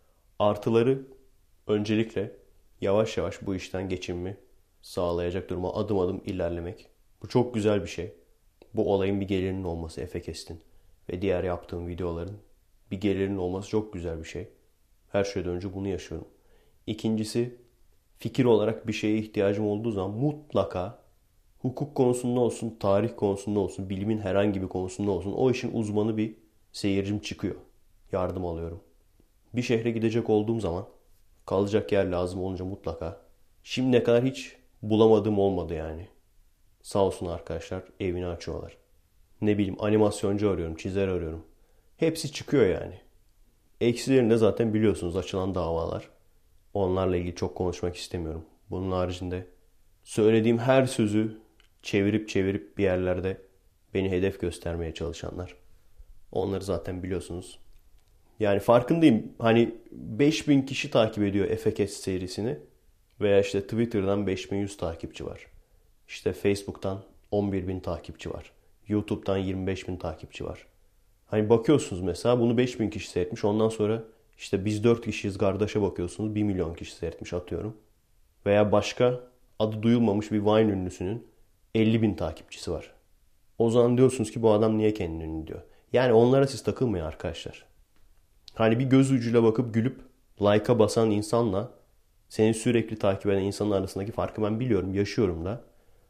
Artıları öncelikle yavaş yavaş bu işten geçimimi sağlayacak duruma adım adım ilerlemek. Bu çok güzel bir şey. Bu olayın bir gelirinin olması, Efekest'in ve diğer yaptığım videoların bir gelirinin olması çok güzel bir şey. Her şeyden önce bunu yaşıyorum. İkincisi, fikir olarak bir şeye ihtiyacım olduğu zaman mutlaka hukuk konusunda olsun, tarih konusunda olsun, bilimin herhangi bir konusunda olsun o işin uzmanı bir seyircim çıkıyor. Yardım alıyorum. Bir şehre gidecek olduğum zaman kalacak yer lazım olunca mutlaka. Şimdiye kadar hiç bulamadığım olmadı yani. Sağ olsun arkadaşlar, evini açıyorlar. Ne bileyim, animasyoncu arıyorum, çizer arıyorum. Hepsi çıkıyor yani. Eksilerini de zaten biliyorsunuz, açılan davalar. Onlarla ilgili çok konuşmak istemiyorum. Bunun haricinde söylediğim her sözü çevirip çevirip bir yerlerde beni hedef göstermeye çalışanlar. Onları zaten biliyorsunuz. Yani farkındayım. Hani 5000 kişi takip ediyor Efekest serisini. Veya işte Twitter'dan 5100 takipçi var. İşte Facebook'tan 11.000 takipçi var. YouTube'dan 25.000 takipçi var. Hani bakıyorsunuz mesela, bunu 5.000 kişi seyretmiş. Ondan sonra işte biz 4 kişiyiz kardeşe bakıyorsunuz, 1 milyon kişi seyretmiş atıyorum. Veya başka adı duyulmamış bir Vine ünlüsünün 50.000 takipçisi var. O zaman diyorsunuz ki bu adam niye kendini ünlü diyor. Yani onlara siz takılmayın arkadaşlar. Hani bir göz ucuyla bakıp gülüp like'a basan insanla seni sürekli takip eden insanın arasındaki farkı ben biliyorum, yaşıyorum da.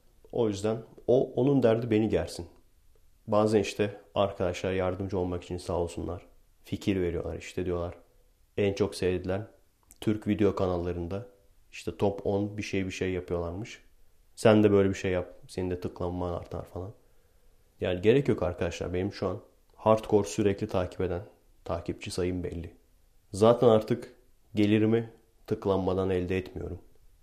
O yüzden onun derdi beni gersin. Bazen işte arkadaşlar yardımcı olmak için sağ olsunlar. Fikir veriyorlar, işte diyorlar. En çok seyredilen Türk video kanallarında işte top 10 bir şey yapıyorlarmış. Sen de böyle bir şey yap, senin de tıklanman artar falan. Yani gerek yok arkadaşlar, benim şu an hardcore sürekli takip eden takipçi sayım belli. Zaten artık gelirimi tıklanmadan elde etmiyorum.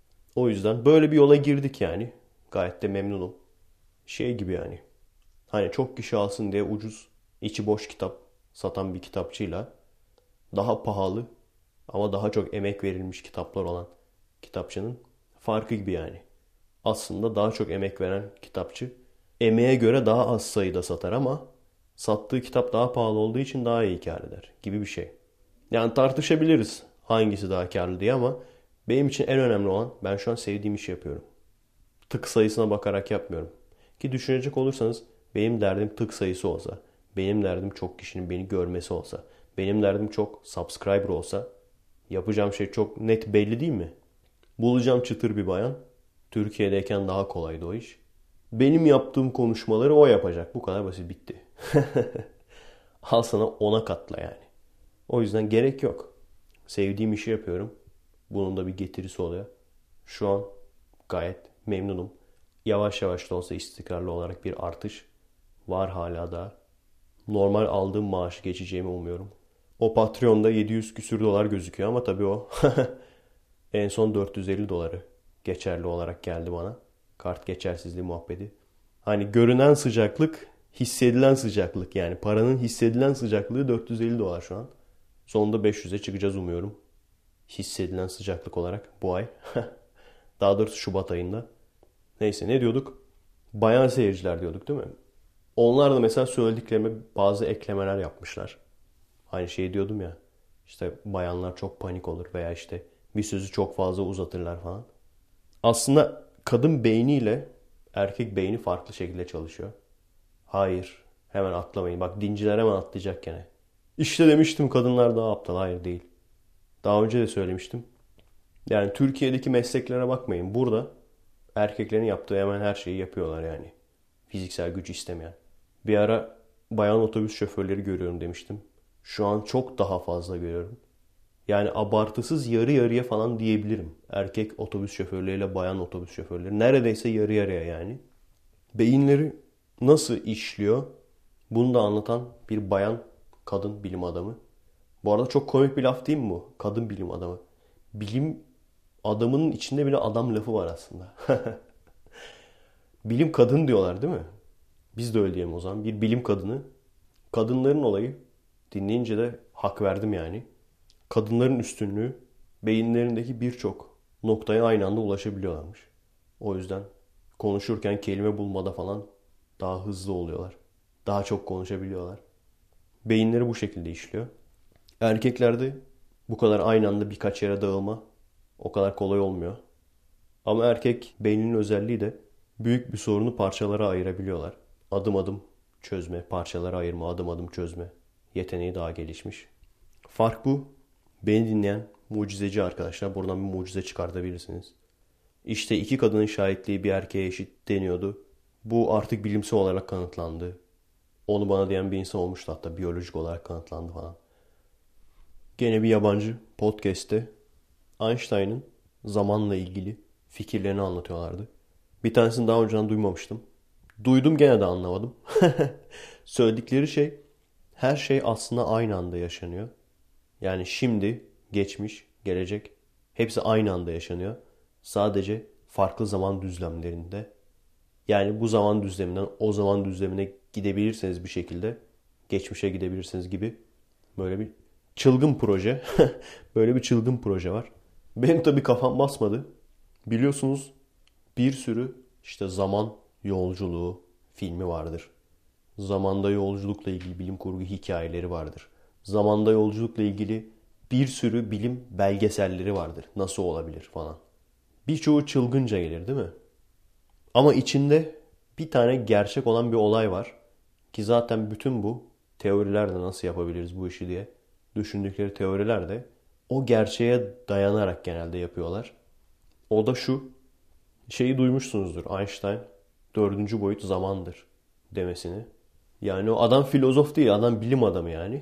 O yüzden böyle bir yola girdik yani. Gayet de memnunum. Şey gibi yani. Hani çok kişi alsın diye ucuz, içi boş kitap satan bir kitapçıyla daha pahalı ama daha çok emek verilmiş kitaplar olan kitapçının farkı gibi yani. Aslında daha çok emek veren kitapçı emeğe göre daha az sayıda satar ama sattığı kitap daha pahalı olduğu için daha iyi kâr eder gibi bir şey. Yani tartışabiliriz hangisi daha kârlı diye ama benim için en önemli olan, ben şu an sevdiğim işi yapıyorum. Tık sayısına bakarak yapmıyorum. Ki düşünecek olursanız benim derdim tık sayısı olsa, benim derdim çok kişinin beni görmesi olsa, benim derdim çok subscriber olsa yapacağım şey çok net belli değil mi? Bulacağım çıtır bir bayan. Türkiye'deyken daha kolaydı o iş. Benim yaptığım konuşmaları o yapacak. Bu kadar basit, bitti. Al sana 10'a katla yani. O yüzden gerek yok. Sevdiğim işi yapıyorum. Bunun da bir getirisi oluyor. Şu an gayet memnunum. Yavaş yavaş da olsa istikrarlı olarak bir artış var hala da. Normal aldığım maaşı geçeceğimi umuyorum. O Patreon'da 700 küsür dolar gözüküyor ama tabii o en son 450 doları geçerli olarak geldi bana. Kart geçersizliği muhabbeti. Hani görünen sıcaklık, hissedilen sıcaklık, yani paranın hissedilen sıcaklığı 450 dolar şu an. Sonunda 500'e çıkacağız umuyorum. Hissedilen sıcaklık olarak bu ay. Daha doğrusu Şubat ayında. Neyse, ne diyorduk? Bayan seyirciler diyorduk değil mi? Onlar da mesela söylediklerime bazı eklemeler yapmışlar. Aynı şeyi diyordum ya. İşte bayanlar çok panik olur veya işte bir sözü çok fazla uzatırlar falan. Aslında kadın beyniyle erkek beyni farklı şekilde çalışıyor. Hayır. Hemen atlamayın. Bak, dinciler hemen atlayacak gene. İşte demiştim kadınlar daha aptal. Hayır, değil. Daha önce de söylemiştim. Yani Türkiye'deki mesleklere bakmayın. Burada erkeklerin yaptığı hemen her şeyi yapıyorlar yani. Fiziksel güç istemeyen. Bir ara bayan otobüs şoförleri görüyorum demiştim. Şu an çok daha fazla görüyorum. Yani abartısız yarı yarıya falan diyebilirim. Erkek otobüs şoförleriyle bayan otobüs şoförleri. Neredeyse yarı yarıya yani. Beyinleri nasıl işliyor? Bunu da anlatan bir bayan kadın bilim adamı. Bu arada çok komik bir laf değil mi bu? Kadın bilim adamı. Bilim adamının içinde bile adam lafı var aslında. Bilim kadın diyorlar değil mi? Biz de öyle diyelim o zaman. Bir bilim kadını. Kadınların olayı, dinleyince de hak verdim yani. Kadınların üstünlüğü, beyinlerindeki birçok noktaya aynı anda ulaşabiliyorlarmış. O yüzden konuşurken kelime bulmada falan daha hızlı oluyorlar. Daha çok konuşabiliyorlar. Beyinleri bu şekilde işliyor. Erkeklerde bu kadar aynı anda birkaç yere dağılma o kadar kolay olmuyor. Ama erkek beyninin özelliği de büyük bir sorunu parçalara ayırabiliyorlar. Adım adım çözme, parçalara ayırma, adım adım çözme yeteneği daha gelişmiş. Fark bu. Beni dinleyen mucizeci arkadaşlar, buradan bir mucize çıkartabilirsiniz. İşte iki kadının şahitliği bir erkeğe eşit deniyordu. Bu artık bilimsel olarak kanıtlandı. Onu bana diyen bir insan olmuştu, hatta biyolojik olarak kanıtlandı falan. Gene bir yabancı podcast'te Einstein'ın zamanla ilgili fikirlerini anlatıyorlardı. Bir tanesini daha önceden duymamıştım. Duydum, gene de anlamadım. Söyledikleri şey, her şey aslında aynı anda yaşanıyor. Yani şimdi, geçmiş, gelecek hepsi aynı anda yaşanıyor. Sadece farklı zaman düzlemlerinde. Yani bu zaman düzleminden o zaman düzlemine gidebilirseniz bir şekilde geçmişe gidebilirsiniz gibi böyle bir çılgın proje. Böyle bir çılgın proje var. Benim tabii kafam basmadı. Biliyorsunuz bir sürü işte zaman yolculuğu filmi vardır. Zamanda yolculukla ilgili bilim kurgu hikayeleri vardır. Zamanda yolculukla ilgili bir sürü bilim belgeselleri vardır. Nasıl olabilir falan. Birçoğu çılgınca gelir değil mi? Ama içinde bir tane gerçek olan bir olay var. Ki zaten bütün bu teorilerle nasıl yapabiliriz bu işi diye düşündükleri teoriler de o gerçeğe dayanarak genelde yapıyorlar. O da şu: şeyi duymuşsunuzdur, Einstein dördüncü boyut zamandır demesini. Yani o adam filozof değil, adam bilim adamı yani.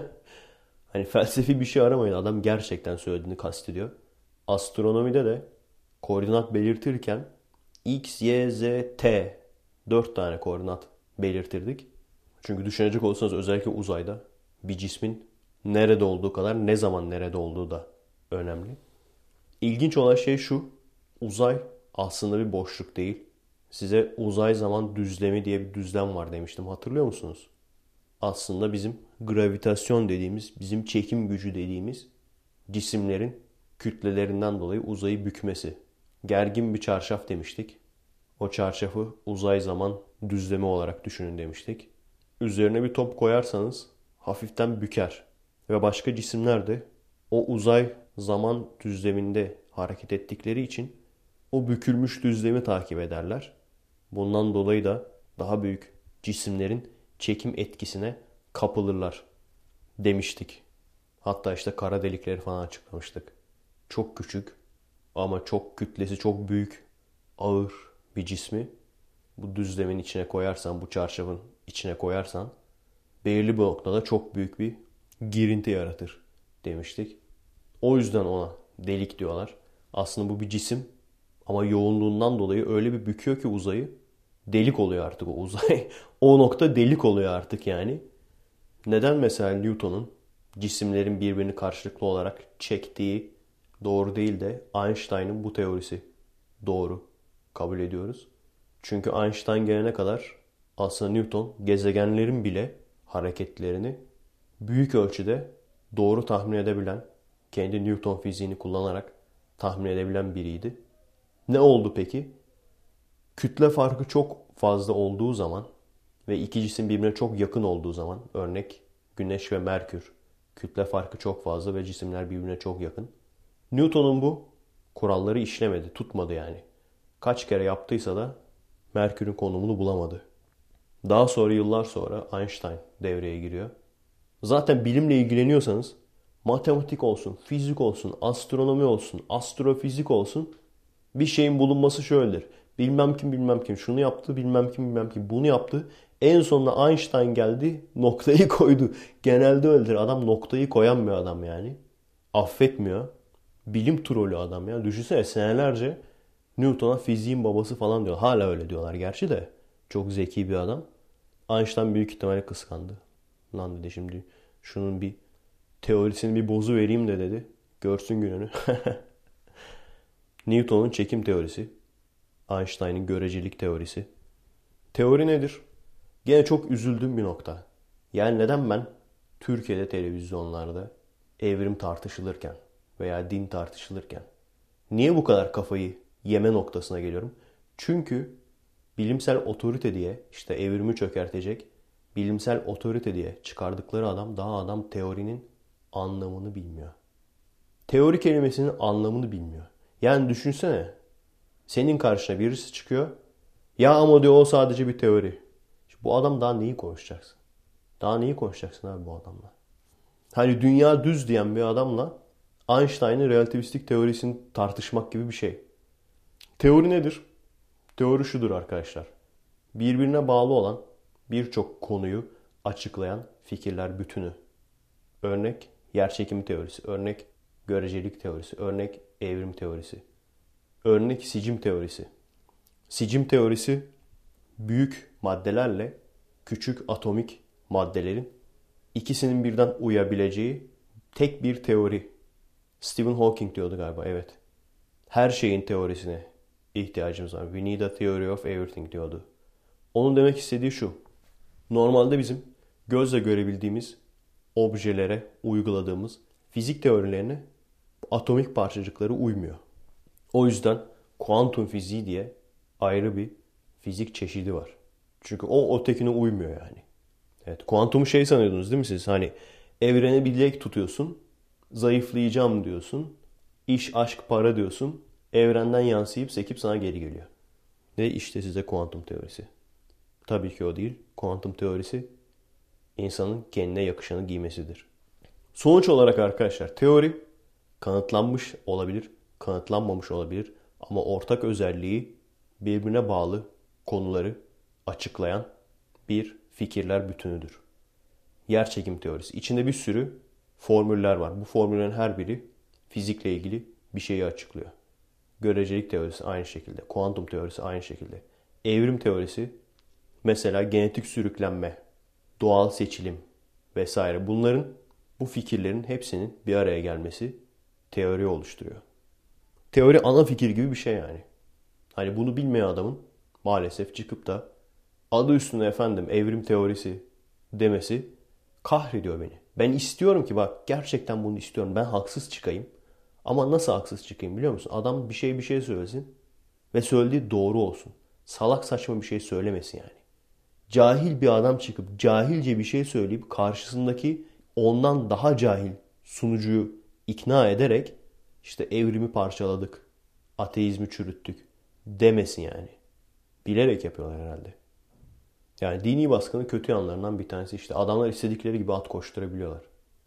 Hani felsefi bir şey aramayın, adam gerçekten söylediğini kastediyor. Astronomide de koordinat belirtirken X, Y, Z, T 4 tane koordinat belirtirdik. Çünkü düşünecek olursanız özellikle uzayda bir cismin nerede olduğu kadar ne zaman nerede olduğu da önemli. İlginç olan şey şu: uzay aslında bir boşluk değil. Size uzay zaman düzlemi diye bir düzlem var demiştim, hatırlıyor musunuz? Aslında bizim gravitasyon dediğimiz, bizim çekim gücü dediğimiz cisimlerin kütlelerinden dolayı uzayı bükmesi. Gergin bir çarşaf demiştik. O çarşafı uzay zaman düzlemi olarak düşünün demiştik. Üzerine bir top koyarsanız hafiften büker. Ve başka cisimler de o uzay zaman düzleminde hareket ettikleri için o bükülmüş düzlemi takip ederler. Bundan dolayı da daha büyük cisimlerin çekim etkisine kapılırlar demiştik. Hatta işte kara delikleri falan açıklamıştık. Çok küçük ama çok kütlesi çok büyük, ağır bir cismi bu düzlemin içine koyarsan, bu çarşafın içine koyarsan belirli bir noktada çok büyük bir girinti yaratır demiştik. O yüzden ona delik diyorlar. Aslında bu bir cisim ama yoğunluğundan dolayı öyle bir büküyor ki uzayı, delik oluyor artık o uzay. O nokta delik oluyor artık yani. Neden mesela Newton'un cisimlerin birbirini karşılıklı olarak çektiği doğru değil de Einstein'ın bu teorisi doğru kabul ediyoruz? Çünkü Einstein gelene kadar aslında Newton gezegenlerin bile hareketlerini büyük ölçüde doğru tahmin edebilen, kendi Newton fiziğini kullanarak tahmin edebilen biriydi. Ne oldu peki? Kütle farkı çok fazla olduğu zaman ve iki cisim birbirine çok yakın olduğu zaman, örnek Güneş ve Merkür, kütle farkı çok fazla ve cisimler birbirine çok yakın. Newton'un bu kuralları işlemedi, tutmadı yani. Kaç kere yaptıysa da Merkür'ün konumunu bulamadı. Daha sonra yıllar sonra Einstein devreye giriyor. Zaten bilimle ilgileniyorsanız matematik olsun, fizik olsun, astronomi olsun, astrofizik olsun bir şeyin bulunması şöyledir. Bilmem kim bilmem kim şunu yaptı, bilmem kim bilmem kim bunu yaptı. En sonunda Einstein geldi, noktayı koydu. Genelde öyledir. Adam noktayı koyan bir adam yani. Affetmiyor. Bilim trolü adam ya. Düşünsene senelerce Newton'a fiziğin babası falan diyor. Hala öyle diyorlar gerçi de. Çok zeki bir adam. Einstein büyük ihtimalle kıskandı. Lan dedi şimdi şunun bir teorisini bir bozu vereyim de dedi. Görsün gününü. Newton'un çekim teorisi. Einstein'ın görecelik teorisi. Teori nedir? Gene çok üzüldüğüm bir nokta. Yani neden ben Türkiye'de televizyonlarda evrim tartışılırken veya din tartışılırken niye bu kadar kafayı yeme noktasına geliyorum? Çünkü bilimsel otorite diye işte evrimi çökertecek bilimsel otorite diye çıkardıkları adam teorinin anlamını bilmiyor. Teori kelimesinin anlamını bilmiyor. Yani düşünsene senin karşına birisi çıkıyor. Ya ama diyor o sadece bir teori. Bu adam daha neyi konuşacaksın? Daha neyi konuşacaksın abi bu adamla? Hani dünya düz diyen bir adamla Einstein'ın relativistik teorisini tartışmak gibi bir şey. Teori nedir? Teori şudur arkadaşlar. Birbirine bağlı olan birçok konuyu açıklayan fikirler bütünü. Örnek yerçekimi teorisi, örnek görecelik teorisi, örnek evrim teorisi, örnek sicim teorisi. Sicim teorisi büyük maddelerle küçük atomik maddelerin ikisinin birden uyabileceği tek bir teori. Stephen Hawking diyordu galiba, evet. Her şeyin teorisine ihtiyacımız var. We need a theory of everything diyordu. Onun demek istediği şu. Normalde bizim gözle görebildiğimiz objelere uyguladığımız fizik teorilerine atomik parçacıkları uymuyor. O yüzden kuantum fiziği diye ayrı bir fizik çeşidi var. Çünkü o ötekine uymuyor yani. Evet, kuantumu şey sanıyordunuz değil mi siz? Hani evrene bir dilek tutuyorsun, zayıflayacağım diyorsun, iş, aşk, para diyorsun, evrenden yansıyıp sekip sana geri geliyor. Ve işte size kuantum teorisi. Tabii ki o değil. Kuantum teorisi insanın kendine yakışanı giymesidir. Sonuç olarak arkadaşlar teori kanıtlanmış olabilir, kanıtlanmamış olabilir ama ortak özelliği birbirine bağlı konuları açıklayan bir fikirler bütünüdür. Yerçekim teorisi. İçinde bir sürü formüller var. Bu formüllerin her biri fizikle ilgili bir şeyi açıklıyor. Görecelik teorisi aynı şekilde. Kuantum teorisi aynı şekilde. Evrim teorisi mesela genetik sürüklenme, doğal seçilim vesaire. Bu fikirlerin hepsinin bir araya gelmesi teori oluşturuyor. Teori ana fikir gibi bir şey yani. Hani bunu bilmeyen adamın maalesef çıkıp da adı üstünde efendim evrim teorisi demesi kahrediyor beni. Ben istiyorum ki bak gerçekten bunu istiyorum. Ben haksız çıkayım. Ama nasıl haksız çıkayım biliyor musun? Adam bir şey söylesin ve söylediği doğru olsun. Salak saçma bir şey söylemesin yani. Cahil bir adam çıkıp cahilce bir şey söyleyip karşısındaki ondan daha cahil sunucuyu ikna ederek işte evrimi parçaladık, ateizmi çürüttük demesin yani. Bilerek yapıyorlar herhalde. Yani dini baskının kötü yanlarından bir tanesi işte. Adamlar istedikleri gibi at koşturabiliyorlar.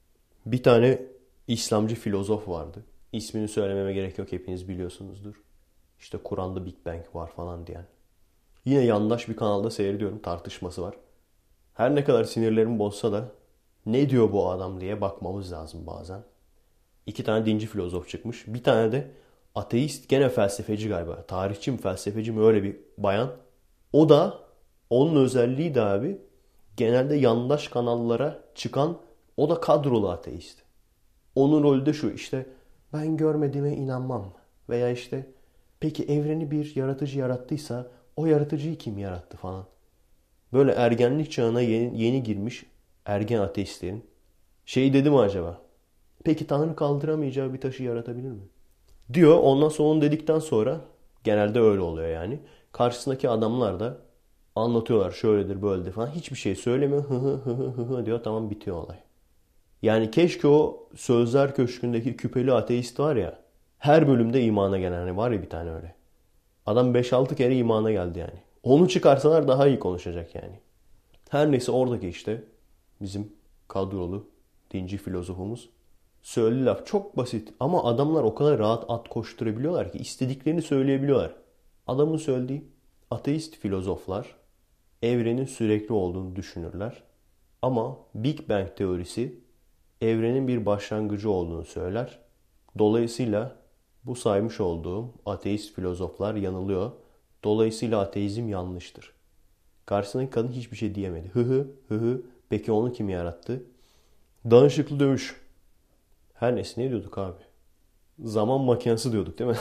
Bir tane İslamcı filozof vardı. İsmini söylememe gerek yok, hepiniz biliyorsunuzdur. İşte Kur'an'da Big Bang var falan diyen. Yine yandaş bir kanalda seyrediyorum. Tartışması var. Her ne kadar sinirlerim bozsa da ne diyor bu adam diye bakmamız lazım bazen. 2 tane dinci filozof çıkmış. Bir tane de ateist, gene felsefeci galiba. Tarihçi mi felsefeci mi, öyle bir bayan. O da, onun özelliği de abi, genelde yandaş kanallara çıkan, o da kadrolu ateist. Onun rolü de şu işte, ben görmediğime inanmam. Veya işte peki evreni bir yaratıcı yarattıysa o yaratıcıyı kim yarattı falan. Böyle ergenlik çağına yeni girmiş ergen ateistlerin şey dedi mi acaba? Peki Tanrı kaldıramayacağı bir taşı yaratabilir mi? Diyor. Ondan sonra onu dedikten sonra, genelde öyle oluyor yani. Karşısındaki adamlar da anlatıyorlar, şöyledir böyledir falan. Hiçbir şey söylemiyor. Hı hı hı hı hı diyor, tamam, bitiyor olay. Yani keşke o Sözler Köşkü'ndeki küpeli ateist var ya, her bölümde imana gelen, hani var ya bir tane öyle. Adam 5-6 kere imana geldi yani. Onu çıkarsalar daha iyi konuşacak yani. Her neyse, oradaki işte bizim kadrolu dinci filozofumuz söyledi laf çok basit ama adamlar o kadar rahat at koşturabiliyorlar ki istediklerini söyleyebiliyorlar. Adamın söylediği, ateist filozoflar evrenin sürekli olduğunu düşünürler. Ama Big Bang teorisi evrenin bir başlangıcı olduğunu söyler. Dolayısıyla bu saymış olduğum ateist filozoflar yanılıyor. Dolayısıyla ateizm yanlıştır. Karşısındaki kadın hiçbir şey diyemedi. Hı hı hı hı. Peki onu kim yarattı? Danışıklı dövüş. Her neyse, ne diyorduk abi? Zaman makinesi diyorduk değil mi?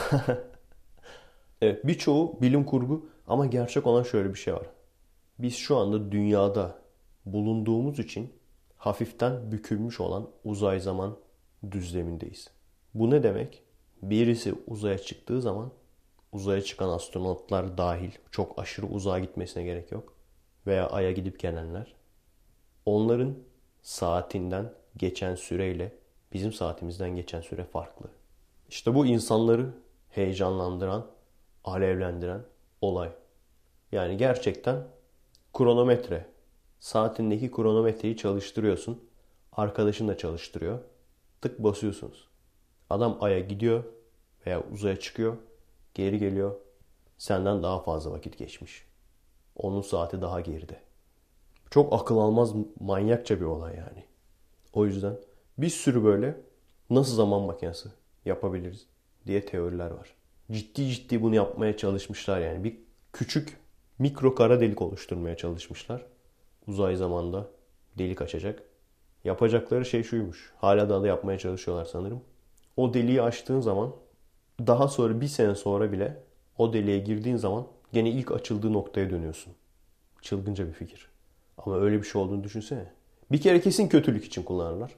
Evet, birçoğu bilim kurgu ama gerçek olan şöyle bir şey var. Biz şu anda dünyada bulunduğumuz için hafiften bükülmüş olan uzay zaman düzlemindeyiz. Bu ne demek? Birisi uzaya çıktığı zaman, uzaya çıkan astronotlar dahil, çok aşırı uzağa gitmesine gerek yok. Veya Ay'a gidip gelenler. Onların saatinden geçen süreyle bizim saatimizden geçen süre farklı. İşte bu insanları heyecanlandıran, alevlendiren olay. Yani gerçekten kronometre. Saatindeki kronometreyi çalıştırıyorsun. Arkadaşın da çalıştırıyor. Tık basıyorsunuz. Adam Ay'a gidiyor veya uzaya çıkıyor. Geri geliyor. Senden daha fazla vakit geçmiş. Onun saati daha geride. Çok akıl almaz, manyakça bir olay yani. O yüzden bir sürü böyle nasıl zaman makinesi yapabiliriz diye teoriler var. Ciddi ciddi bunu yapmaya çalışmışlar yani. Bir küçük mikro kara delik oluşturmaya çalışmışlar. Uzay zamanda delik açacak. Yapacakları şey şuymuş. Hala daha da yapmaya çalışıyorlar sanırım. O deliği açtığın zaman, daha sonra bir sene sonra bile o deliğe girdiğin zaman gene ilk açıldığı noktaya dönüyorsun. Çılgınca bir fikir. Ama öyle bir şey olduğunu düşünsene. Bir kere kesin kötülük için kullanırlar.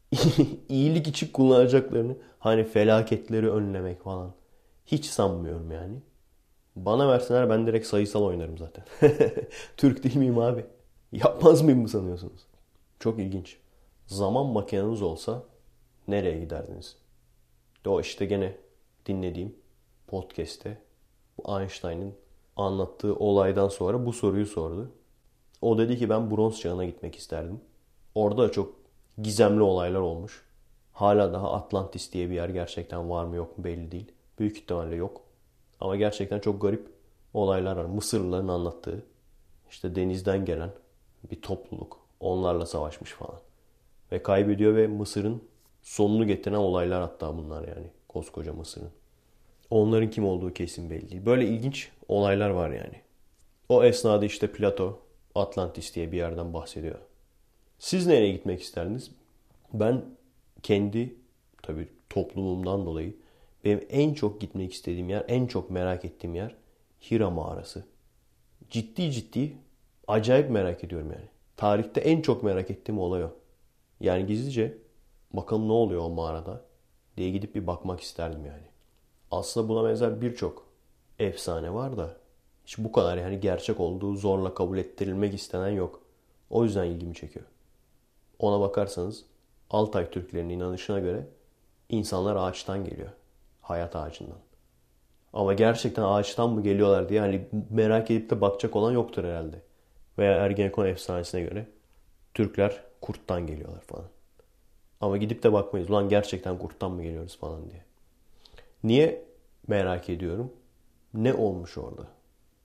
İyilik için kullanacaklarını, hani felaketleri önlemek falan, hiç sanmıyorum yani. Bana verseler ben direkt sayısal oynarım zaten. Türk değil miyim abi? Yapmaz mıyım mı sanıyorsunuz? Çok ilginç. Zaman makineniz olsa nereye giderdiniz? O işte gene dinlediğim podcast'te bu Einstein'ın anlattığı olaydan sonra bu soruyu sordu. O dedi ki ben bronz çağına gitmek isterdim. Orada da çok gizemli olaylar olmuş. Hala daha Atlantis diye bir yer gerçekten var mı yok mu belli değil. Büyük ihtimalle yok. Ama gerçekten çok garip olaylar var. Mısırlıların anlattığı. İşte denizden gelen bir topluluk onlarla savaşmış falan. Ve kaybediyor ve Mısır'ın sonunu getiren olaylar hatta bunlar yani. Koskoca Mısır'ın. Onların kim olduğu kesin belli değil. Böyle ilginç olaylar var yani. O esnada işte Plato Atlantis diye bir yerden bahsediyor. Siz nereye gitmek isterdiniz? Ben kendi tabii toplumumdan dolayı benim en çok gitmek istediğim yer, en çok merak ettiğim yer Hira mağarası. Ciddi ciddi acayip merak ediyorum yani. Tarihte en çok merak ettiğim olay o. Yani gizlice bakalım ne oluyor o mağarada diye gidip bir bakmak isterdim yani. Aslında buna benzer birçok efsane var da hiç bu kadar yani gerçek olduğu zorla kabul ettirilmek istenen yok. O yüzden ilgimi çekiyor. Ona bakarsanız Altay Türklerinin inanışına göre insanlar ağaçtan geliyor. Hayat ağacından. Ama gerçekten ağaçtan mı geliyorlar diye hani merak edip de bakacak olan yoktur herhalde. Veya Ergenekon efsanesine göre Türkler kurttan geliyorlar falan. Ama gidip de bakmayız. Ulan gerçekten kurttan mı geliyoruz falan diye. Niye merak ediyorum? Ne olmuş orada?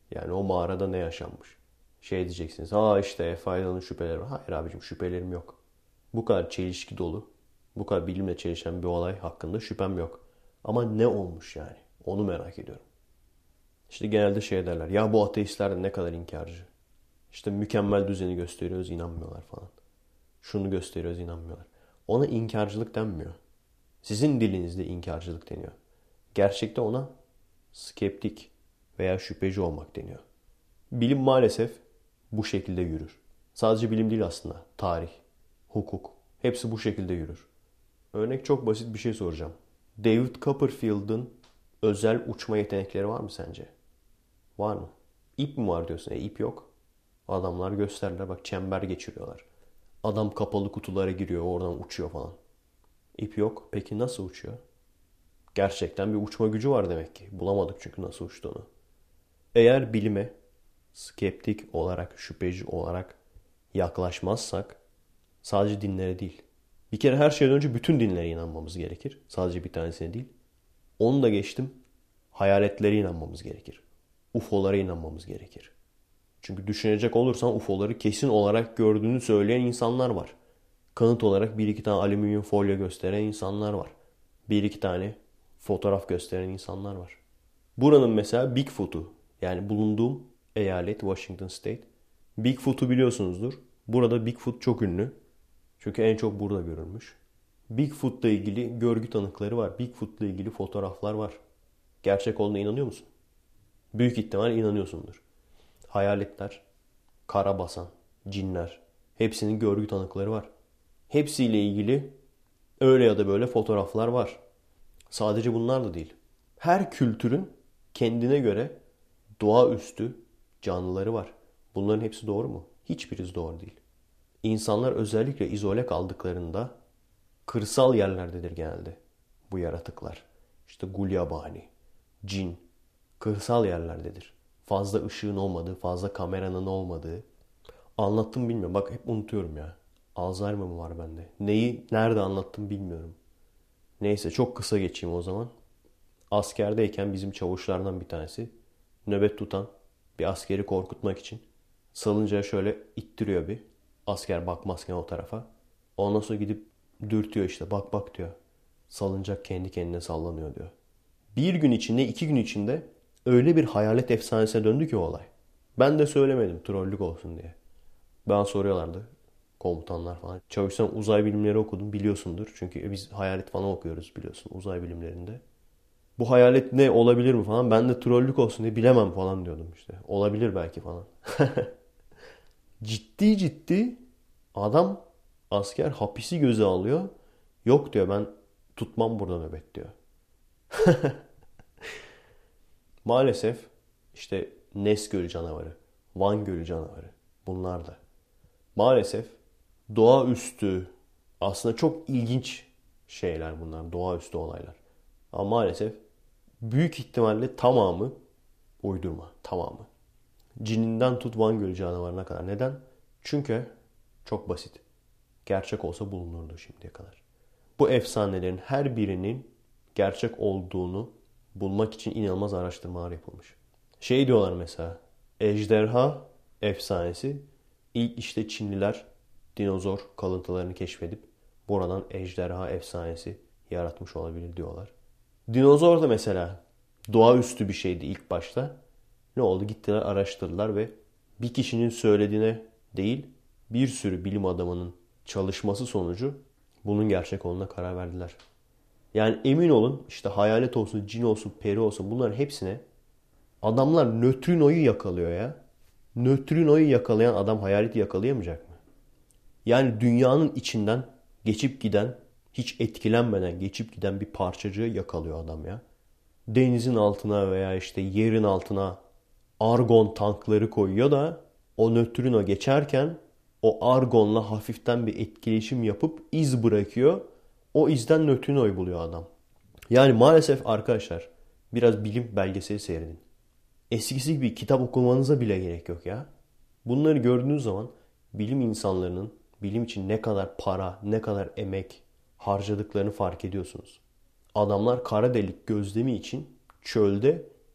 Yani o mağarada ne yaşanmış? Şey diyeceksiniz. İşte faydalı şüpheleri var. Hayır abicim, şüphelerim yok. Bu kadar çelişki dolu, bu kadar bilimle çelişen bir olay hakkında şüphem yok. Ama ne olmuş yani? Onu merak ediyorum. İşte genelde şey derler. Ya bu ateistler de ne kadar inkarcı. İşte mükemmel düzeni gösteriyoruz, inanmıyorlar falan. Şunu gösteriyoruz, inanmıyorlar. Ona inkarcılık denmiyor. Sizin dilinizde inkarcılık deniyor. Gerçekte ona skeptik veya şüpheci olmak deniyor. Bilim maalesef bu şekilde yürür. Sadece bilim değil aslında. Tarih, hukuk, hepsi bu şekilde yürür. Örnek çok basit bir şey soracağım. David Copperfield'ın özel uçma yetenekleri var mı sence? Var mı? İp mi var diyorsun? İp yok. Adamlar gösterdiler. Bak, çember geçiriyorlar. Adam kapalı kutulara giriyor, oradan uçuyor falan. İp yok. Peki nasıl uçuyor? Gerçekten bir uçma gücü var demek ki. Bulamadık çünkü nasıl uçtuğunu. Eğer bilime skeptik olarak, şüpheci olarak yaklaşmazsak sadece dinlere değil. Bir kere her şeyden önce bütün dinlere inanmamız gerekir. Sadece bir tanesine değil. Onu da geçtim. Hayaletlere inanmamız gerekir. UFO'lara inanmamız gerekir. Çünkü düşünecek olursan UFO'ları kesin olarak gördüğünü söyleyen insanlar var. Kanıt olarak bir iki tane alüminyum folyo gösteren insanlar var. Bir iki tane fotoğraf gösteren insanlar var. Buranın mesela Bigfoot'u, yani bulunduğum eyalet Washington State. Bigfoot'u biliyorsunuzdur. Burada Bigfoot çok ünlü. Çünkü en çok burada görülmüş. Bigfoot'la ilgili görgü tanıkları var. Bigfoot'la ilgili fotoğraflar var. Gerçek olduğuna inanıyor musun? Büyük ihtimal inanıyorsundur. Hayaletler, karabasan, cinler, hepsinin görgü tanıkları var. Hepsiyle ilgili öyle ya da böyle fotoğraflar var. Sadece bunlar da değil. Her kültürün kendine göre doğaüstü canlıları var. Bunların hepsi doğru mu? Hiçbirisi doğru değil. İnsanlar özellikle izole kaldıklarında kırsal yerlerdedir genelde bu yaratıklar. İşte gulyabani, cin, kırsal yerlerdedir. Fazla ışığın olmadığı, fazla kameranın olmadığı. Anlattım bilmiyorum. Bak hep unutuyorum ya. Alzheimer mı var bende? Neyi nerede anlattım bilmiyorum. Neyse, çok kısa geçeyim o zaman. Askerdeyken bizim çavuşlardan bir tanesi nöbet tutan bir askeri korkutmak için salıncağı şöyle ittiriyor bir. Asker bakmazken o tarafa. Ondan sonra gidip dürtüyor, işte bak bak diyor. Salıncak kendi kendine sallanıyor diyor. Bir gün içinde, 2 gün içinde öyle bir hayalet efsanesine döndü ki o olay. Ben de söylemedim trollük olsun diye. Bana soruyorlardı komutanlar falan. Çavuş, sen uzay bilimleri okudun, biliyorsundur. Çünkü biz hayalet falan okuyoruz, biliyorsun, uzay bilimlerinde. Bu hayalet ne olabilir mi falan. Ben de trollük olsun diye bilemem falan diyordum işte. Olabilir belki falan. Ciddi ciddi adam, asker hapisi göze alıyor. Yok diyor, ben tutmam burada nöbet diyor. Maalesef işte Nes Gölü canavarı, Van Gölü canavarı, bunlar da. Maalesef doğaüstü, aslında çok ilginç şeyler bunlar, doğaüstü olaylar. Ama maalesef büyük ihtimalle tamamı uydurma, tamamı. Cininden tut Van Gölü canavarına kadar. Neden? Çünkü çok basit. Gerçek olsa bulunurdu şimdiye kadar. Bu efsanelerin her birinin gerçek olduğunu bulmak için inanılmaz araştırmalar yapılmış. Şey diyorlar mesela, ejderha efsanesi, ilk işte Çinliler dinozor kalıntılarını keşfedip buradan ejderha efsanesi yaratmış olabilir diyorlar. Dinozor da mesela doğaüstü bir şeydi ilk başta. Ne oldu? Gittiler, araştırdılar ve bir kişinin söylediğine değil, bir sürü bilim adamının çalışması sonucu bunun gerçek olduğuna karar verdiler. Yani emin olun, işte hayalet olsun, cin olsun, peri olsun, bunların hepsine adamlar nötrinoyu yakalıyor ya. Nötrinoyu yakalayan adam hayaleti yakalayamayacak mı? Yani dünyanın içinden geçip giden, hiç etkilenmeden geçip giden bir parçacığı yakalıyor adam ya. Denizin altına veya işte yerin altına argon tankları koyuyor da o nötrino geçerken o argonla hafiften bir etkileşim yapıp iz bırakıyor. O izden nötrinoyu buluyor adam. Yani maalesef arkadaşlar, biraz bilim belgeseli seyredin. Eskisi gibi kitap okumanıza bile gerek yok ya. Bunları gördüğünüz zaman bilim insanlarının bilim için ne kadar para, ne kadar emek harcadıklarını fark ediyorsunuz. Adamlar kara delik gözlemi için çölde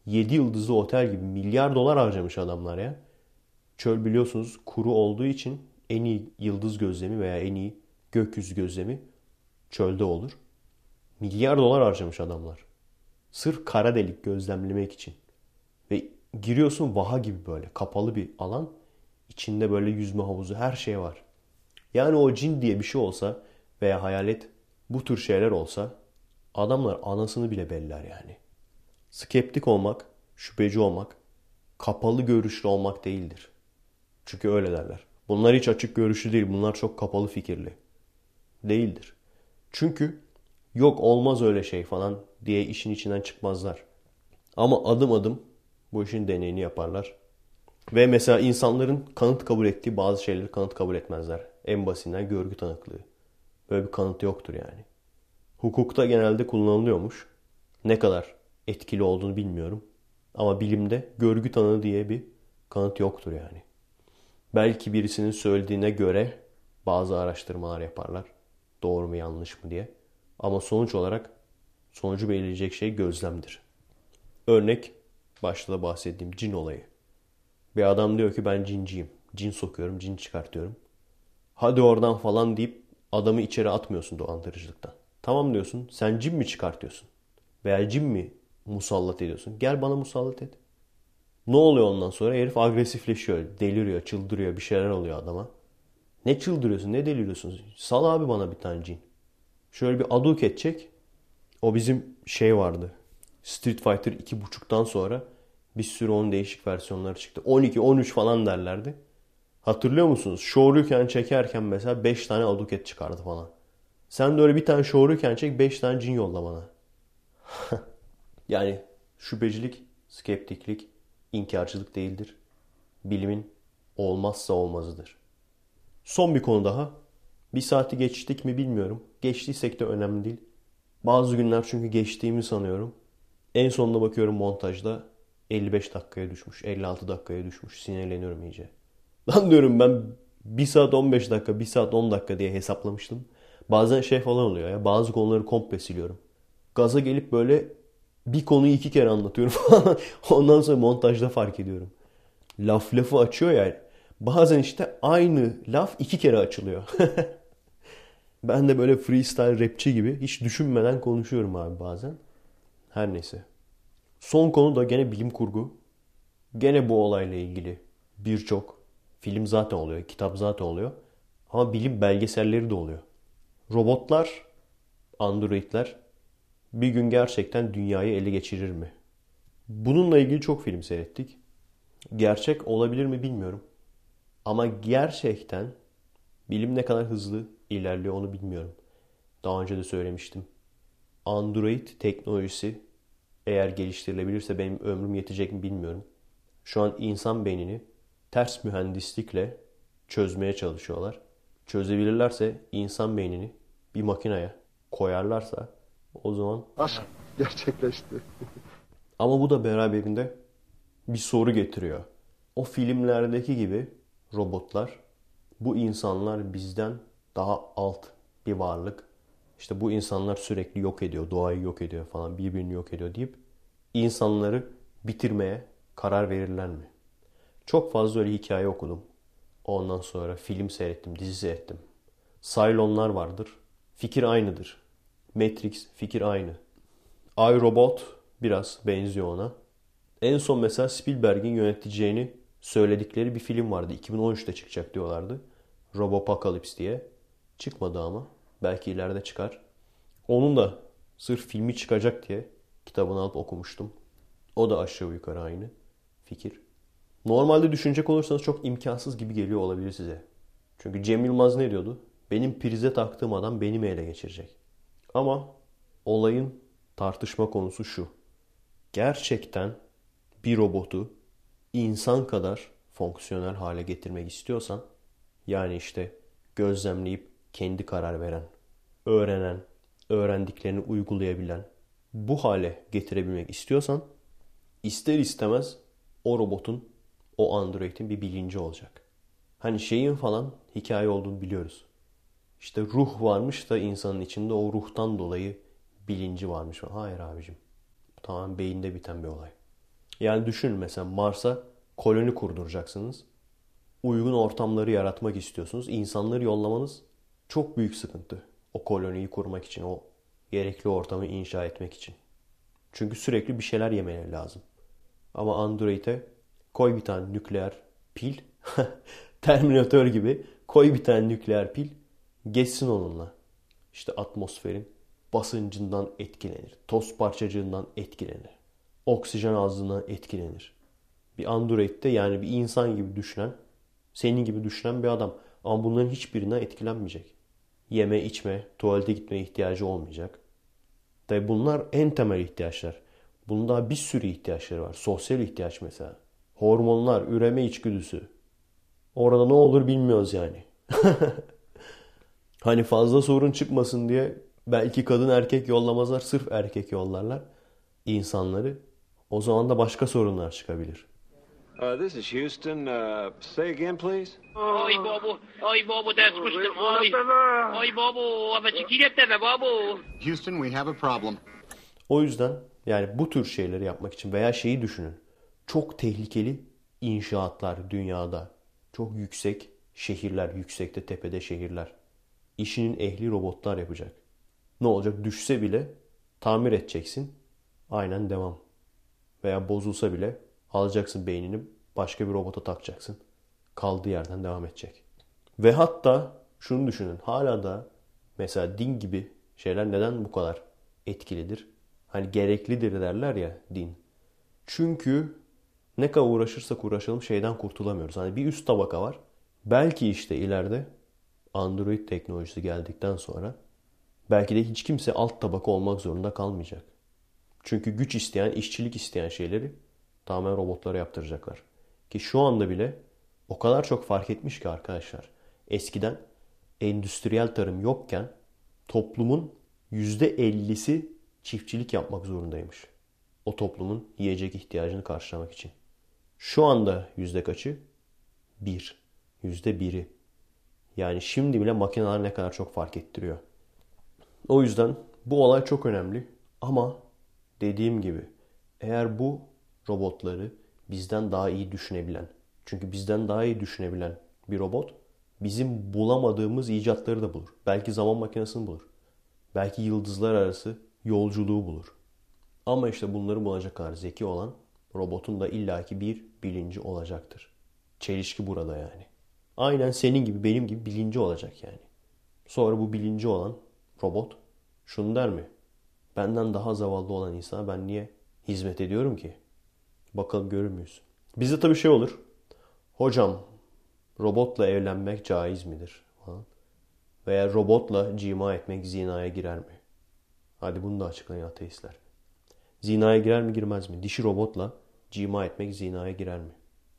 7 yıldızlı otel gibi milyar dolar harcamış adamlar ya. Çöl biliyorsunuz kuru olduğu için en iyi yıldız gözlemi veya en iyi gökyüzü gözlemi çölde olur. Milyar dolar harcamış adamlar. Sırf kara delik gözlemlemek için. Ve giriyorsun vaha gibi böyle kapalı bir alan. İçinde böyle yüzme havuzu her şey var. Yani o cin diye bir şey olsa veya hayalet bu tür şeyler olsa adamlar anasını bile beller yani. Skeptik olmak, şüpheci olmak, kapalı görüşlü olmak değildir. Çünkü öyle derler. Bunlar hiç açık görüşlü değil. Bunlar çok kapalı fikirli. Değildir. Çünkü yok olmaz öyle şey falan diye işin içinden çıkmazlar. Ama adım adım bu işin deneyini yaparlar. Ve mesela insanların kanıt kabul ettiği bazı şeyleri kanıt kabul etmezler. En basitinden görgü tanıklığı. Böyle bir kanıt yoktur yani. Hukukta genelde kullanılıyormuş. Ne kadar etkili olduğunu bilmiyorum. Ama bilimde görgü tanığı diye bir kanıt yoktur yani. Belki birisinin söylediğine göre bazı araştırmalar yaparlar. Doğru mu yanlış mı diye. Ama sonuç olarak sonucu belirleyecek şey gözlemdir. Örnek başta da bahsettiğim cin olayı. Bir adam diyor ki ben cinciyim. Cin sokuyorum, cin çıkartıyorum. Hadi oradan falan deyip adamı içeri atmıyorsun dolandırıcılıktan. Tamam diyorsun, sen cin mi çıkartıyorsun? Veya cin mi musallat ediyorsun? Gel bana musallat et. Ne oluyor ondan sonra? Herif agresifleşiyor, deliriyor, çıldırıyor, bir şeyler oluyor adama. Ne çıldırıyorsun, ne deliriyorsun? Sal abi bana bir tane cin. Şöyle bir aduk edecek. O bizim şey vardı. Street Fighter 2.5'tan sonra bir sürü onun değişik versiyonları çıktı. 12, 13 falan derlerdi. Hatırlıyor musunuz? Shoryuken çekerken mesela 5 tane aduket çıkardı falan. Sen de öyle bir tane Shoryuken çek 5 tane cin yolla bana. Yani şüphecilik, skeptiklik, inkarcılık değildir. Bilimin olmazsa olmazıdır. Son bir konu daha. Bir saati geçtik mi bilmiyorum. Geçtiysek de önemli değil. Bazı günler çünkü geçtiğimi sanıyorum. En sonuna bakıyorum montajda 55 dakikaya düşmüş, 56 dakikaya düşmüş. Sinirleniyorum iyice. Lan diyorum ben 1 saat 15 dakika, 1 saat 10 dakika diye hesaplamıştım. Bazen şey falan oluyor ya. Bazı konuları komple siliyorum. Gaza gelip böyle bir konuyu 2 kere anlatıyorum falan. Ondan sonra montajda fark ediyorum. Lafı açıyor yani. Bazen işte aynı laf 2 kere açılıyor. Ben de böyle freestyle rapçi gibi hiç düşünmeden konuşuyorum abi bazen. Her neyse. Son konu da gene bilim kurgu. Gene bu olayla ilgili birçok film zaten oluyor, kitap zaten oluyor. Ama bilim belgeselleri de oluyor. Robotlar, androidler bir gün gerçekten dünyayı ele geçirir mi? Bununla ilgili çok film seyrettik. Gerçek olabilir mi bilmiyorum. Ama gerçekten bilim ne kadar hızlı ilerliyor onu bilmiyorum. Daha önce de söylemiştim. Android teknolojisi eğer geliştirilebilirse benim ömrüm yetecek mi bilmiyorum. Şu an insan beynini ters mühendislikle çözmeye çalışıyorlar. Çözebilirlerse insan beynini bir makineye koyarlarsa o zaman Aşk gerçekleşti. ama bu da beraberinde bir soru getiriyor. O filmlerdeki gibi robotlar, bu insanlar bizden daha alt bir varlık. İşte bu insanlar sürekli yok ediyor, doğayı yok ediyor falan, birbirini yok ediyor deyip insanları bitirmeye karar verirler mi? Çok fazla öyle hikaye okudum. Ondan sonra film seyrettim, dizi seyrettim. Cylonlar vardır. Fikir aynıdır. Matrix fikir aynı. iRobot biraz benziyor ona. En son mesela Spielberg'in yöneteceğini söyledikleri bir film vardı. 2013'te çıkacak diyorlardı. Robopocalypse diye. Çıkmadı ama. Belki ileride çıkar. Onun da sırf filmi çıkacak diye kitabını alıp okumuştum. O da aşağı yukarı aynı fikir. Normalde düşünecek olursanız çok imkansız gibi geliyor olabilir size. Çünkü Cem Yılmaz ne diyordu? Benim prize taktığım adam beni mi ele geçirecek? Ama olayın tartışma konusu şu. Gerçekten bir robotu insan kadar fonksiyonel hale getirmek istiyorsan, yani işte gözlemleyip kendi karar veren, öğrenen, öğrendiklerini uygulayabilen, bu hale getirebilmek istiyorsan, ister istemez o robotun, o androidin bir bilinci olacak. Hani şeyin falan hikaye olduğunu biliyoruz. İşte ruh varmış da insanın içinde o ruhtan dolayı bilinci varmış. Hayır abicim. Bu tamamen beyinde biten bir olay. Yani düşünün mesela Mars'a koloni kurduracaksınız. Uygun ortamları yaratmak istiyorsunuz. İnsanları yollamanız çok büyük sıkıntı. O koloniyi kurmak için, o gerekli ortamı inşa etmek için. Çünkü sürekli bir şeyler yemeleri lazım. Ama Android'e koy bir tane nükleer pil. Terminator gibi koy bir tane nükleer pil. Geçsin onunla. İşte atmosferin basıncından etkilenir. Toz parçacığından etkilenir. Oksijen azlığından etkilenir. Bir Android'de yani bir insan gibi düşünen, senin gibi düşünen bir adam. Ama bunların hiçbirinden etkilenmeyecek. Yeme, içme, tuvalete gitmeye ihtiyacı olmayacak. Tabi bunlar en temel ihtiyaçlar. Bunun daha bir sürü ihtiyaçları var. Sosyal ihtiyaç mesela. Hormonlar, üreme içgüdüsü. Orada ne olur bilmiyoruz yani. Hani fazla sorun çıkmasın diye belki kadın erkek yollamazlar. Sırf erkek yollarlar insanları. O zaman da başka sorunlar çıkabilir. This is Houston. Say again, please. Oj, Bobo, där skustem. Oj, Bobo, vad çikilet deme, Bobo. Houston, we have a problem. O yüzden yani bu tür şeyleri yapmak için veya şeyi düşünün. Çok tehlikeli inşaatlar dünyada. Çok yüksek şehirler, yüksekte tepede şehirler. İşinin ehli robotlar yapacak. Ne olacak? Düşse bile tamir edeceksin. Aynen devam. Veya bozulsa bile alacaksın beynini başka bir robota takacaksın. Kaldığı yerden devam edecek. Ve hatta şunu düşünün. Hala da mesela din gibi şeyler neden bu kadar etkilidir? Hani gereklidir derler ya din. Çünkü ne kadar uğraşırsak uğraşalım şeyden kurtulamıyoruz. Hani bir üst tabaka var. Belki işte ileride Android teknolojisi geldikten sonra belki de hiç kimse alt tabaka olmak zorunda kalmayacak. Çünkü güç isteyen, işçilik isteyen şeyleri tamamen robotlara yaptıracaklar. Ki şu anda bile o kadar çok fark etmiş ki arkadaşlar. Eskiden endüstriyel tarım yokken toplumun %50'si çiftçilik yapmak zorundaymış. O toplumun yiyecek ihtiyacını karşılamak için. Şu anda yüzde kaçı? 1. %1'i. Yani şimdi bile makineler ne kadar çok fark ettiriyor. O yüzden bu olay çok önemli. Ama dediğim gibi eğer bu robotları bizden daha iyi düşünebilen, çünkü bizden daha iyi düşünebilen bir robot bizim bulamadığımız icatları da bulur. Belki zaman makinesini bulur. Belki yıldızlar arası yolculuğu bulur. Ama işte bunları bulacak kadar zeki olan robotun da illaki bir bilinci olacaktır. Çelişki burada yani. Aynen senin gibi benim gibi bilinci olacak yani. Sonra bu bilinci olan robot şunu der mi? Benden daha zavallı olan insana ben niye hizmet ediyorum ki? Bakalım görür müyüz? Bizde tabii şey olur. Hocam robotla evlenmek caiz midir? Falan. Veya robotla cima etmek zinaya girer mi? Hadi bunu da açıklayın ateistler. Zinaya girer mi girmez mi? Dişi robotla cima etmek zinaya girer mi?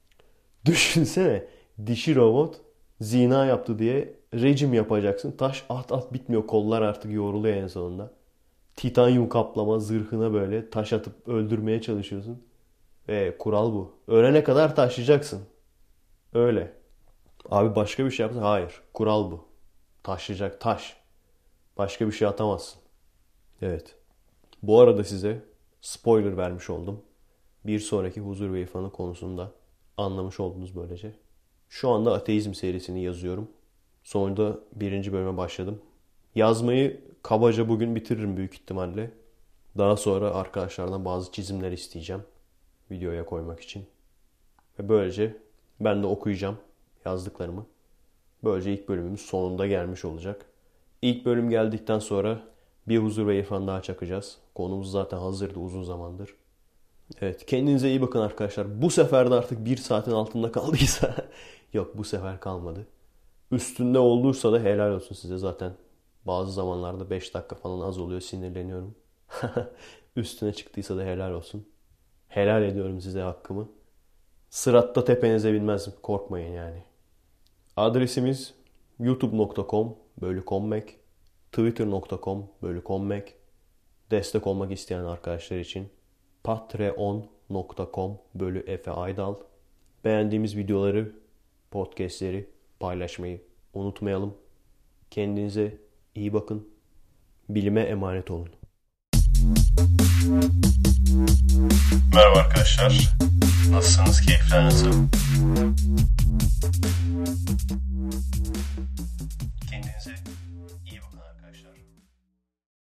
Düşünsene dişi robot zina yaptı diye rejim yapacaksın. Taş at bitmiyor. Kollar artık yoruluyor en sonunda. Titanyum kaplama zırhına böyle taş atıp öldürmeye çalışıyorsun. Ve kural bu. Ölene kadar taşlayacaksın. Öyle. Abi başka bir şey yapsın. Hayır. Kural bu. Taşlayacak. Taş. Başka bir şey atamazsın. Evet. Bu arada size spoiler vermiş oldum. Bir sonraki huzur ve irfanı konusunda anlamış oldunuz böylece. Şu anda ateizm serisini yazıyorum. Sonunda 1. bölüme başladım. Yazmayı kabaca bugün bitiririm büyük ihtimalle. Daha sonra arkadaşlardan bazı çizimler isteyeceğim. Videoya koymak için. Ve böylece ben de okuyacağım yazdıklarımı. Böylece ilk bölümümüz sonunda gelmiş olacak. İlk bölüm geldikten sonra bir huzur ve irfan daha çakacağız. Konumuz zaten hazırdı uzun zamandır. Evet, kendinize iyi bakın arkadaşlar. Bu sefer de artık 1 saatin altında kaldıysa yok bu sefer kalmadı. Üstünde olduysa da helal olsun size zaten. Bazı zamanlarda 5 dakika falan az oluyor, sinirleniyorum. Üstüne çıktıysa da helal olsun. Helal ediyorum size hakkımı. Sıratta tepenize binmez, korkmayın yani. Adresimiz youtube.com/kommek, twitter.com/kommek. Destek olmak isteyen arkadaşlar için patreon.com/Efe Aydal. Beğendiğimiz videoları, podcastleri paylaşmayı unutmayalım. Kendinize iyi bakın. Bilime emanet olun. Merhaba arkadaşlar. Nasılsınız? Keyifler nasıl? Kendinize iyi bakın arkadaşlar.